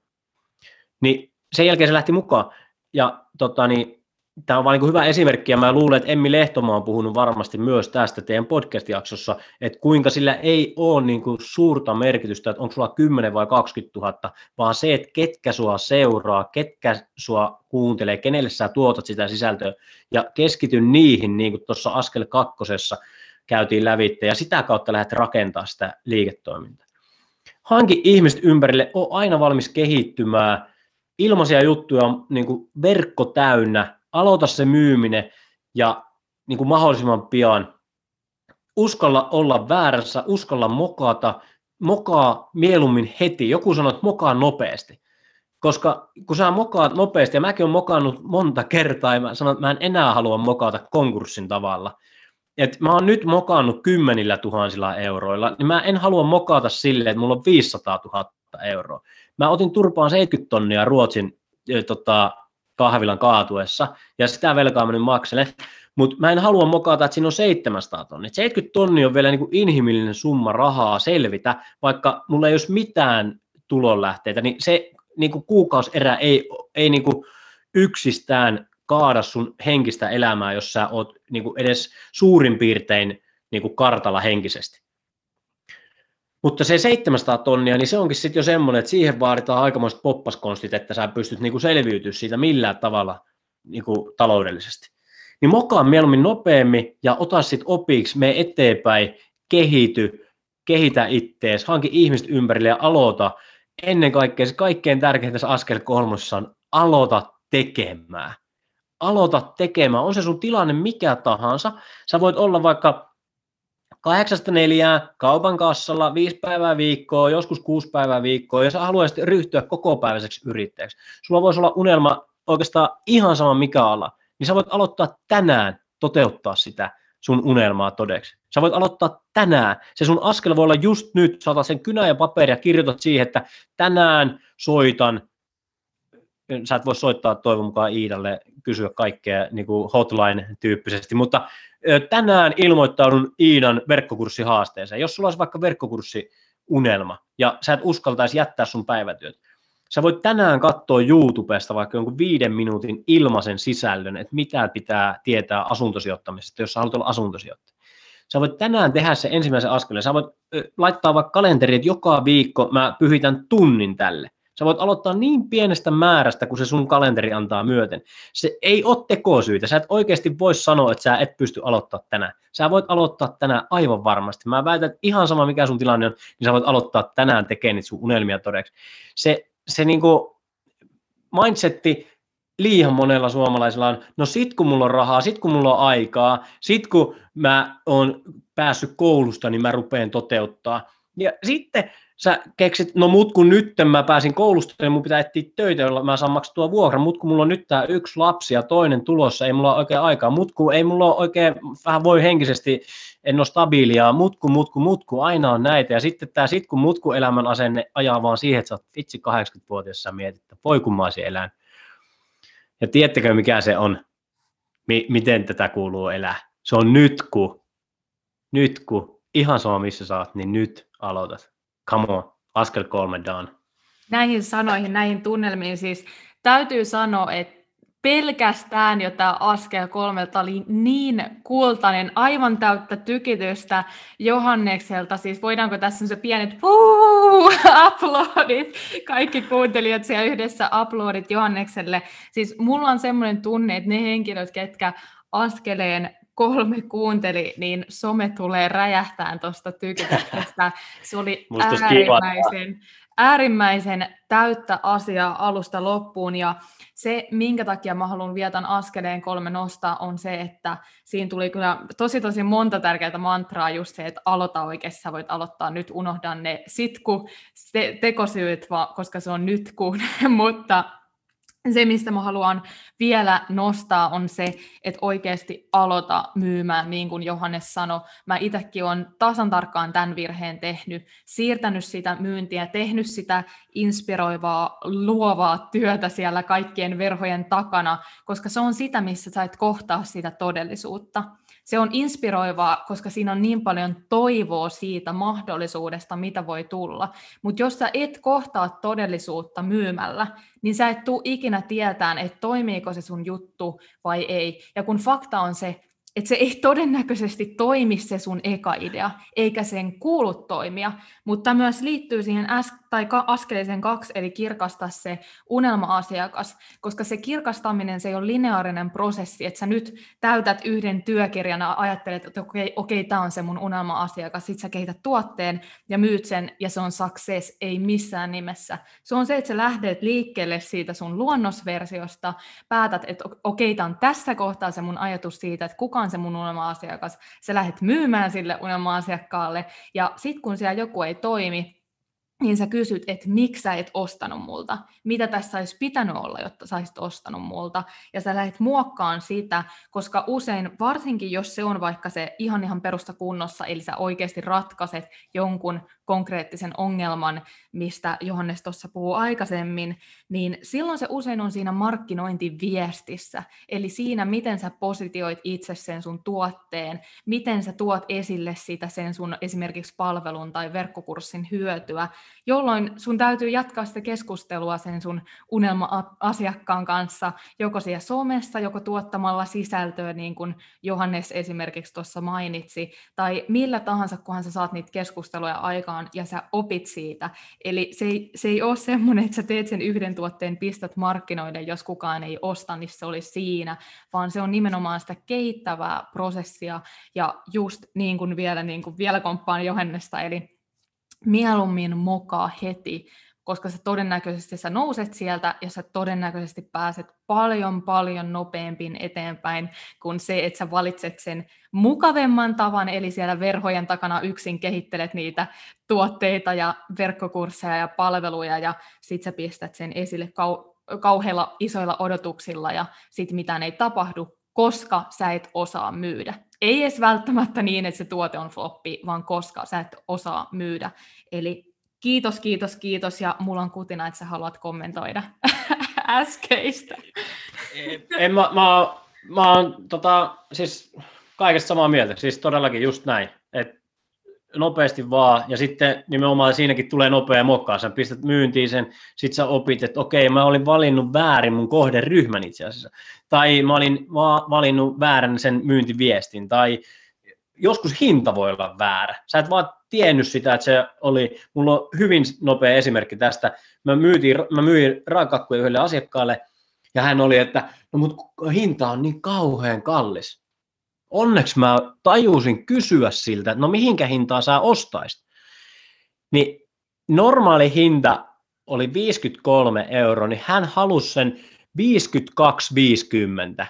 Niin sen jälkeen se lähti mukaan. Ja tota, niin, tämä on vain niin hyvä esimerkki, ja mä luulen, että Emmi Lehtomaa on puhunut varmasti myös tästä teidän podcast-jaksossa, että kuinka sillä ei ole niin kuin suurta merkitystä, että onko sulla kymmenen vai kaksikymmentätuhatta, vaan se, että ketkä sua seuraa, ketkä sua kuuntelee, kenelle sä tuotat sitä sisältöä, ja keskity niihin, niin kuin tuossa askel kakkosessa käytiin lävitse, ja sitä kautta lähdet rakentamaan sitä liiketoimintaa. Hanki ihmiset ympärille, ole aina valmis kehittymään, ilmaisia juttuja on niin kuin verkko täynnä, aloita se myyminen ja niin kuin mahdollisimman pian. Uskalla olla väärässä, uskalla mokata, mokaa mieluummin heti. Joku sanoo, että mokaa nopeasti, koska kun sä mokaat nopeasti, ja mäkin olen mokannut monta kertaa, ja mä sanon, että mä en enää halua mokata konkurssin tavalla. Et mä oon nyt mokannut kymmenillä tuhansilla euroilla, niin mä en halua mokata silleen, että mulla on viisisataatuhatta euroa. Mä otin turpaan seitsemänkymmentä tonnia Ruotsin tota, kahvilan kaatuessa, ja sitä velkaa mä nyt makselen, mutta mä en halua mokata, että siinä on seitsemänsataa tonnia. seitsemänkymmentä tonnia on vielä niin kuin inhimillinen summa rahaa selvitä, vaikka mulla ei olisi mitään tulonlähteitä, niin se niin kuin kuukausierä ei, ei niin kuin yksistään kaada sun henkistä elämää, jos sä oot niin kuin edes suurin piirtein niin kuin kartalla henkisesti. Mutta se seitsemänsataa tonnia, niin se onkin sitten jo semmoinen, että siihen vaaditaan aikamoiset poppaskonstit, että sä pystyt niinku selviytyä siitä millään tavalla niinku taloudellisesti. Niin mokaa mieluummin nopeammin ja ota sitten opiksi, mene eteenpäin, kehity, kehitä ittees, hanki ihmiset ympärille ja aloita. Ennen kaikkea se kaikkein tärkeintä tässä askel kolmosessa on aloita tekemään. Aloita tekemään, on se sun tilanne mikä tahansa. Sä voit olla vaikka kahdeksasta neljään kaupan kassalla, viisi päivää viikkoa, joskus kuusi päivää viikkoa, ja sä haluaisit ryhtyä kokopäiväiseksi yrittäjäksi. Sulla voisi olla unelma oikeastaan ihan sama mikä ala, niin sä voit aloittaa tänään toteuttaa sitä sun unelmaa todeksi. Sä voit aloittaa tänään. Se sun askel voi olla just nyt, sä otat sen kynän ja paperia ja kirjoitat siihen, että tänään soitan. Sä et voi soittaa toivon mukaan Iidalle, kysyä kaikkea niin kuin hotline-tyyppisesti, mutta tänään ilmoittaudun Iidan verkkokurssihaasteeseen. Jos sulla olisi vaikka verkkokurssiunelma ja sä et uskaltaisi jättää sun päivätyöt, sä voit tänään katsoa YouTubesta vaikka jonkun viiden minuutin ilmaisen sisällön, että mitä pitää tietää asuntosijoittamisesta, jos sä haluat olla asuntosijoittaja. Sä voit tänään tehdä sen ensimmäisen askeleen. Sä voit laittaa vaikka kalenteriin, että joka viikko mä pyhitän tunnin tälle. Sä voit aloittaa niin pienestä määrästä, kun se sun kalenteri antaa myöten. Se ei ole tekosyitä. Sä et oikeasti voi sanoa, että sä et pysty aloittaa tänään. Sä voit aloittaa tänään aivan varmasti. Mä väitän, että ihan sama mikä sun tilanne on, niin sä voit aloittaa tänään tekemään niitä sun unelmia todeksi. Se, se niinku mindsetti liian monella suomalaisella on, no sit kun mulla on rahaa, sit kun mulla on aikaa, sit kun mä oon päässyt koulusta, niin mä rupean toteuttaa. Ja sitten sä keksit, no mut kun nyt mä pääsin koulusta, niin mun pitää etsiä töitä, joilla mä saan maksettua vuokran, mut kun mulla on nyt tää yksi lapsi ja toinen tulossa, ei mulla ole oikein aikaa, mut kun ei mulla ole oikein, vähän voi henkisesti, en ole stabiilia, mutku, mutku, mutku, aina on näitä. Ja sitten tämä sit kun mutku elämän asenne ajaa vaan siihen, että sä oot vitsi kahdeksankymmentävuotias ja mietit, että voi kun mä olisin elänyt. Ja tiedättekö mikä se on, M- miten tätä kuuluu elää? Se on nyt kun, nyt kun, ihan sama missä sä oot, niin nyt aloitat. Come on, askel kolme done. Näihin sanoihin, näihin tunnelmiin siis täytyy sanoa, että pelkästään jo tämä askel kolmelta oli niin kultainen, aivan täyttä tykitystä Johannekselta. Siis voidaanko tässä se pienet puu, uploadit, kaikki kuuntelijat siellä yhdessä uploadit Johannekselle. Siis mulla on semmoinen tunne, että ne henkilöt, ketkä askeleen kolme kuunteli, niin some tulee räjähtään tuosta tykityksestä. Se oli äärimmäisen, äärimmäisen täyttä asiaa alusta loppuun, ja se, minkä takia mä haluan vielä tämän askeleen kolme nostaa, on se, että siinä tuli kyllä tosi tosi monta tärkeää mantraa, just se, että aloita oikeasti, sä voit aloittaa nyt, unohda ne sitku, te- tekosyyt, vaan, koska se on nyt kun, mutta se, mistä mä haluan vielä nostaa, on se, että oikeasti aloita myymään, niin kuin Johannes sanoi. Mä itsekin olen tasan tarkkaan tämän virheen tehnyt, siirtänyt sitä myyntiä, tehnyt sitä inspiroivaa, luovaa työtä siellä kaikkien verhojen takana, koska se on sitä, missä sä et kohtaa sitä todellisuutta. Se on inspiroivaa, koska siinä on niin paljon toivoa siitä mahdollisuudesta, mitä voi tulla. Mutta jos sä et kohtaa todellisuutta myymällä, niin sä et tule ikinä tietään, että toimiiko se sun juttu vai ei. Ja kun fakta on se, että se ei todennäköisesti toimi se sun eka idea, eikä sen kuulu toimia, mutta myös liittyy siihen äs- tai ka- askeleeseen kaksi, eli kirkastaa se unelma-asiakas, koska se kirkastaminen, se ei ole lineaarinen prosessi, että sä nyt täytät yhden työkirjan ja ajattelet, että okei, okei tämä on se mun unelma-asiakas, sit sä kehität tuotteen ja myyt sen, ja se on success, ei missään nimessä. Se on se, että sä lähdet liikkeelle siitä sun luonnosversiosta, päätät, että okei, tämä on tässä kohtaa se mun ajatus siitä, että kuka on se mun unelma-asiakas, sä lähdet myymään sille unelma-asiakkaalle, ja sit kun siellä joku ei toimi, niin sä kysyt, että miksi sä et ostanut multa, mitä tässä olisi pitänyt olla, jotta sä olisit ostanut multa, ja sä lähdet muokkaan sitä, koska usein, varsinkin jos se on vaikka se ihan ihan perusta kunnossa, eli sä oikeasti ratkaiset jonkun konkreettisen ongelman, mistä Johannes tuossa puhuu aikaisemmin, niin silloin se usein on siinä markkinointiviestissä, eli siinä, miten sä positioit itse sen sun tuotteen, miten sä tuot esille sitä sen sun esimerkiksi palvelun tai verkkokurssin hyötyä, jolloin sun täytyy jatkaa sitä keskustelua sen sun unelma-asiakkaan kanssa, joko siellä somessa, joko tuottamalla sisältöä, niin kuin Johannes esimerkiksi tuossa mainitsi, tai millä tahansa, kunhan sä saat niitä keskusteluja aikaan, ja sä opit siitä. Eli se ei, se ei ole semmoinen, että sä teet sen yhden tuotteen, pistät markkinoille, jos kukaan ei osta, niin se oli siinä, vaan se on nimenomaan sitä kehittävää prosessia, ja just niin kuin vielä, niin kuin vielä komppaan Johannesta, eli mieluummin mokaa heti, koska sä todennäköisesti sä nouset sieltä ja sä todennäköisesti pääset paljon, paljon nopeammin eteenpäin kuin se, että sä valitset sen mukavemman tavan, eli siellä verhojen takana yksin kehittelet niitä tuotteita ja verkkokursseja ja palveluja, ja sit sä pistät sen esille kau- kauheilla isoilla odotuksilla, ja sit mitään ei tapahdu, koska sä et osaa myydä. Ei edes välttämättä niin, että se tuote on floppi, vaan koska sä et osaa myydä. Eli kiitos, kiitos, kiitos, ja mulla on kutina, että sä haluat kommentoida äskeistä. En, mä, mä, mä oon tota, siis kaikesta samaa mieltä, siis todellakin just näin, että nopeasti vaan, ja sitten nimenomaan siinäkin tulee nopea mokkaa, sä pistät myyntiin sen, sit sä opit, että okei, mä olin valinnut väärin mun kohderyhmän itse asiassa, tai mä olin va- valinnut väärän sen myyntiviestin, tai joskus hinta voi olla väärä, sä et vaan tiennyt sitä, että se oli, mulla on hyvin nopea esimerkki tästä, mä, myytiin, mä myin raakakkuja yhdelle asiakkaalle, ja hän oli, että no mut hinta on niin kauhean kallis. Onneksi mä tajusin kysyä siltä, että no mihinkä hintaa sä ostaisit. Niin normaali hinta oli viisikymmentäkolme euroa, niin hän halusi sen viisikymmentäkaksi viisikymmentä.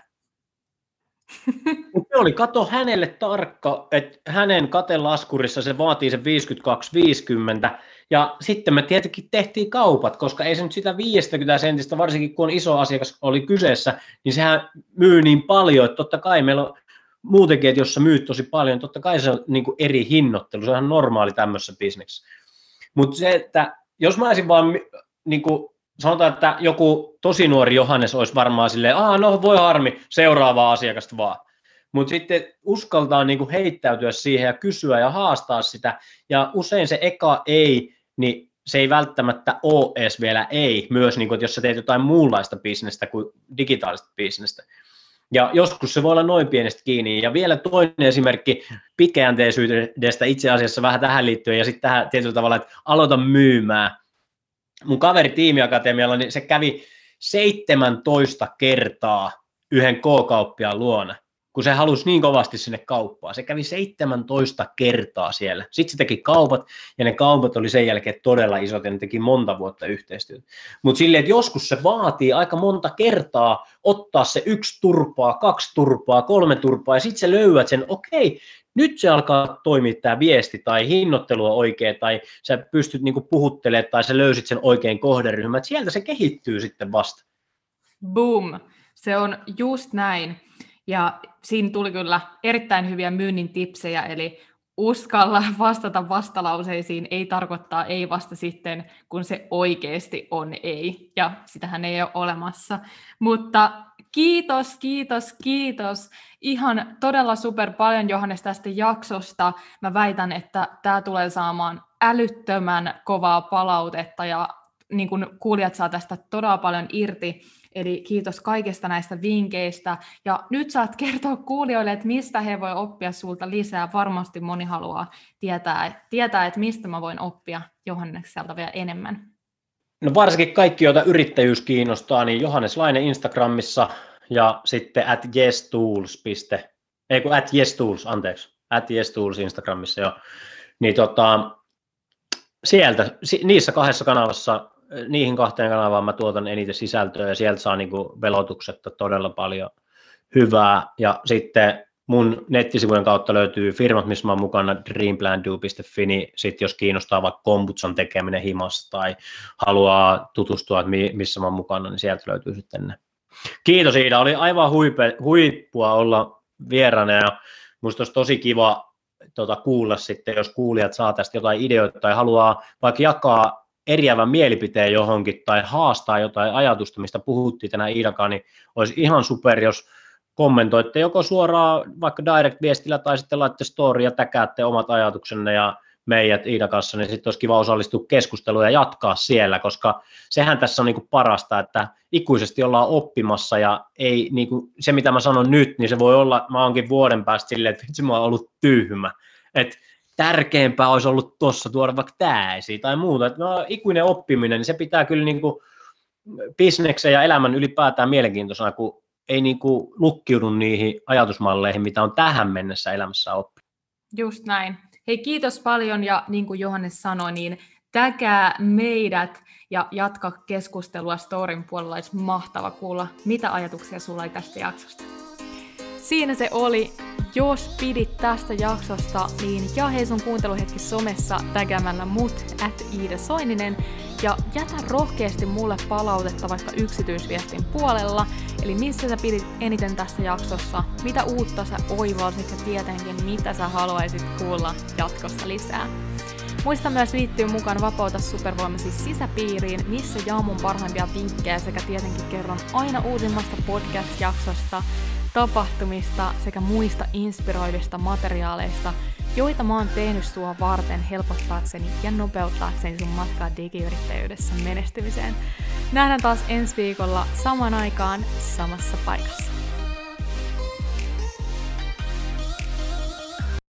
Mutta se oli, kato hänelle tarkka, että hänen katelaskurissa se vaatii sen viisikymmentäkaksi viisikymmentä, ja sitten me tietenkin tehtiin kaupat, koska ei se nyt sitä viisikymmentä sentistä, varsinkin kun on iso asiakas oli kyseessä, niin sehän myy niin paljon, että totta kai meillä on muutenkin, että jos sä myyt tosi paljon, totta kai se on niin kuin eri hinnoittelu, se on ihan normaali tämmöisessä bisneksessä. Mutta se, että jos mä olisin vaan, niin kuin sanotaan, että joku tosi nuori Johannes olisi varmaan silleen, aah no voi harmi, seuraavaa asiakasta vaan. Mutta sitten uskaltaa niin kuin heittäytyä siihen ja kysyä ja haastaa sitä, ja usein se eka ei, niin se ei välttämättä ole edes vielä ei, myös niin kuin, että jos sä teet jotain muunlaista bisnestä kuin digitaalista bisnestä. Ja joskus se voi olla noin pienestä kiinni. Ja vielä toinen esimerkki pitkäjänteisyydestä itse asiassa vähän tähän liittyen, ja sitten tähän tietyllä tavalla, että aloita myymään. Mun kaveri Tiimiakatemialla, niin se kävi seitsemäntoista kertaa yhden K-kauppiaan luona, kun se halusi niin kovasti sinne kauppaan. Se kävi seitsemäntoista kertaa siellä. Sitten se teki kaupat, ja ne kaupat oli sen jälkeen todella isot, ja ne teki monta vuotta yhteistyötä. Mutta silleen, että joskus se vaatii aika monta kertaa ottaa se yksi turpaa, kaksi turpaa, kolme turpaa, ja sitten sä löydät sen, okei, nyt se alkaa toimia tämä viesti, tai hinnoittelu on oikein, tai sä pystyt niinku puhuttelemaan, tai sä löysit sen oikein kohderyhmän, että sieltä se kehittyy sitten vasta. Boom! Se on just näin. Ja siinä tuli kyllä erittäin hyviä myynnin tipsejä, eli uskalla vastata vastalauseisiin, ei tarkoittaa ei vasta sitten, kun se oikeasti on ei, ja sitähän ei ole olemassa. Mutta kiitos, kiitos, kiitos. Ihan todella super paljon, Johannes, tästä jaksosta. Mä väitän, että tämä tulee saamaan älyttömän kovaa palautetta, ja niin kuin kuulijat saa tästä todella paljon irti. Eli kiitos kaikista näistä vinkkeistä. Ja nyt saat kertoa kuulijoille, että mistä he voi oppia sulta lisää. Varmasti moni haluaa tietää, tietää että mistä mä voin oppia Johannekselta vielä enemmän. No varsinkin kaikki, joita yrittäjyys kiinnostaa, niin Johannes Laine Instagramissa ja sitten at yestools. Ei kun at yestools, anteeksi. At yestools Instagramissa jo. Niin tota, sieltä, niissä kahdessa kanavassa, niihin kahteen kanavaan mä tuotan eniten sisältöä, ja sieltä saa niinku velotuksetta todella paljon hyvää. Ja sitten mun nettisivujen kautta löytyy firmat, missä mä oon mukana, dreamplandu piste fi, niin sit jos kiinnostaa vaikka kombutsan tekeminen himassa tai haluaa tutustua, että missä mä oon mukana, niin sieltä löytyy sitten ne. Kiitos Iida, oli aivan huipe, huippua olla vieraana, ja musta olisi tosi kiva tota, kuulla sitten, jos kuulijat saa tästä jotain ideoita tai haluaa vaikka jakaa eriävän mielipiteen johonkin tai haastaa jotain ajatusta, mistä puhuttiin tänään Iidakaan, niin olisi ihan super, jos kommentoitte joko suoraan vaikka direct-viestillä tai sitten laitte story ja täkäätte omat ajatuksenne ja meidät Iidan kanssa, niin sitten olisi kiva osallistua keskusteluun ja jatkaa siellä, koska sehän tässä on niin kuin parasta, että ikuisesti ollaan oppimassa, ja ei niin kuin se, mitä mä sanon nyt, niin se voi olla, mä oonkin vuoden päästä silleen, että vitsi, mä oon ollut tyhmä, että tärkeämpää olisi ollut tuossa tuoda vaikka tämä esiin tai muuta, että no, ikuinen oppiminen, niin se pitää kyllä niin kuin bisneksen ja elämän ylipäätään mielenkiintoisena, kun ei niin kuin lukkiudu niihin ajatusmalleihin, mitä on tähän mennessä elämässä oppinut. Just näin. Hei, kiitos paljon, ja niin kuin Johannes sanoi, niin täkää meidät ja jatka keskustelua Storyn puolella. Olisi mahtava kuulla, mitä ajatuksia sulla oli tästä jaksosta. Siinä se oli. Jos pidit tästä jaksosta, niin jaa sun kuunteluhetki somessa tägäämällä mut at Iida Soininen, ja jätä rohkeasti mulle palautetta vaikka yksityisviestin puolella, eli missä sä pidit eniten tästä jaksossa, mitä uutta sä oivalsit ja tietenkin mitä sä haluaisit kuulla jatkossa lisää. Muista myös liittyä mukaan Vapauta supervoimasi sisäpiiriin, missä jaan mun parhaimpia vinkkejä sekä tietenkin kerron aina uusimmasta podcast-jaksosta, tapahtumista sekä muista inspiroivista materiaaleista, joita mä oon tehnyt sua varten helpottaakseni ja nopeuttaakseni sun matkaa digiyrittäjyydessä menestymiseen. Nähdään taas ensi viikolla samaan aikaan samassa paikassa.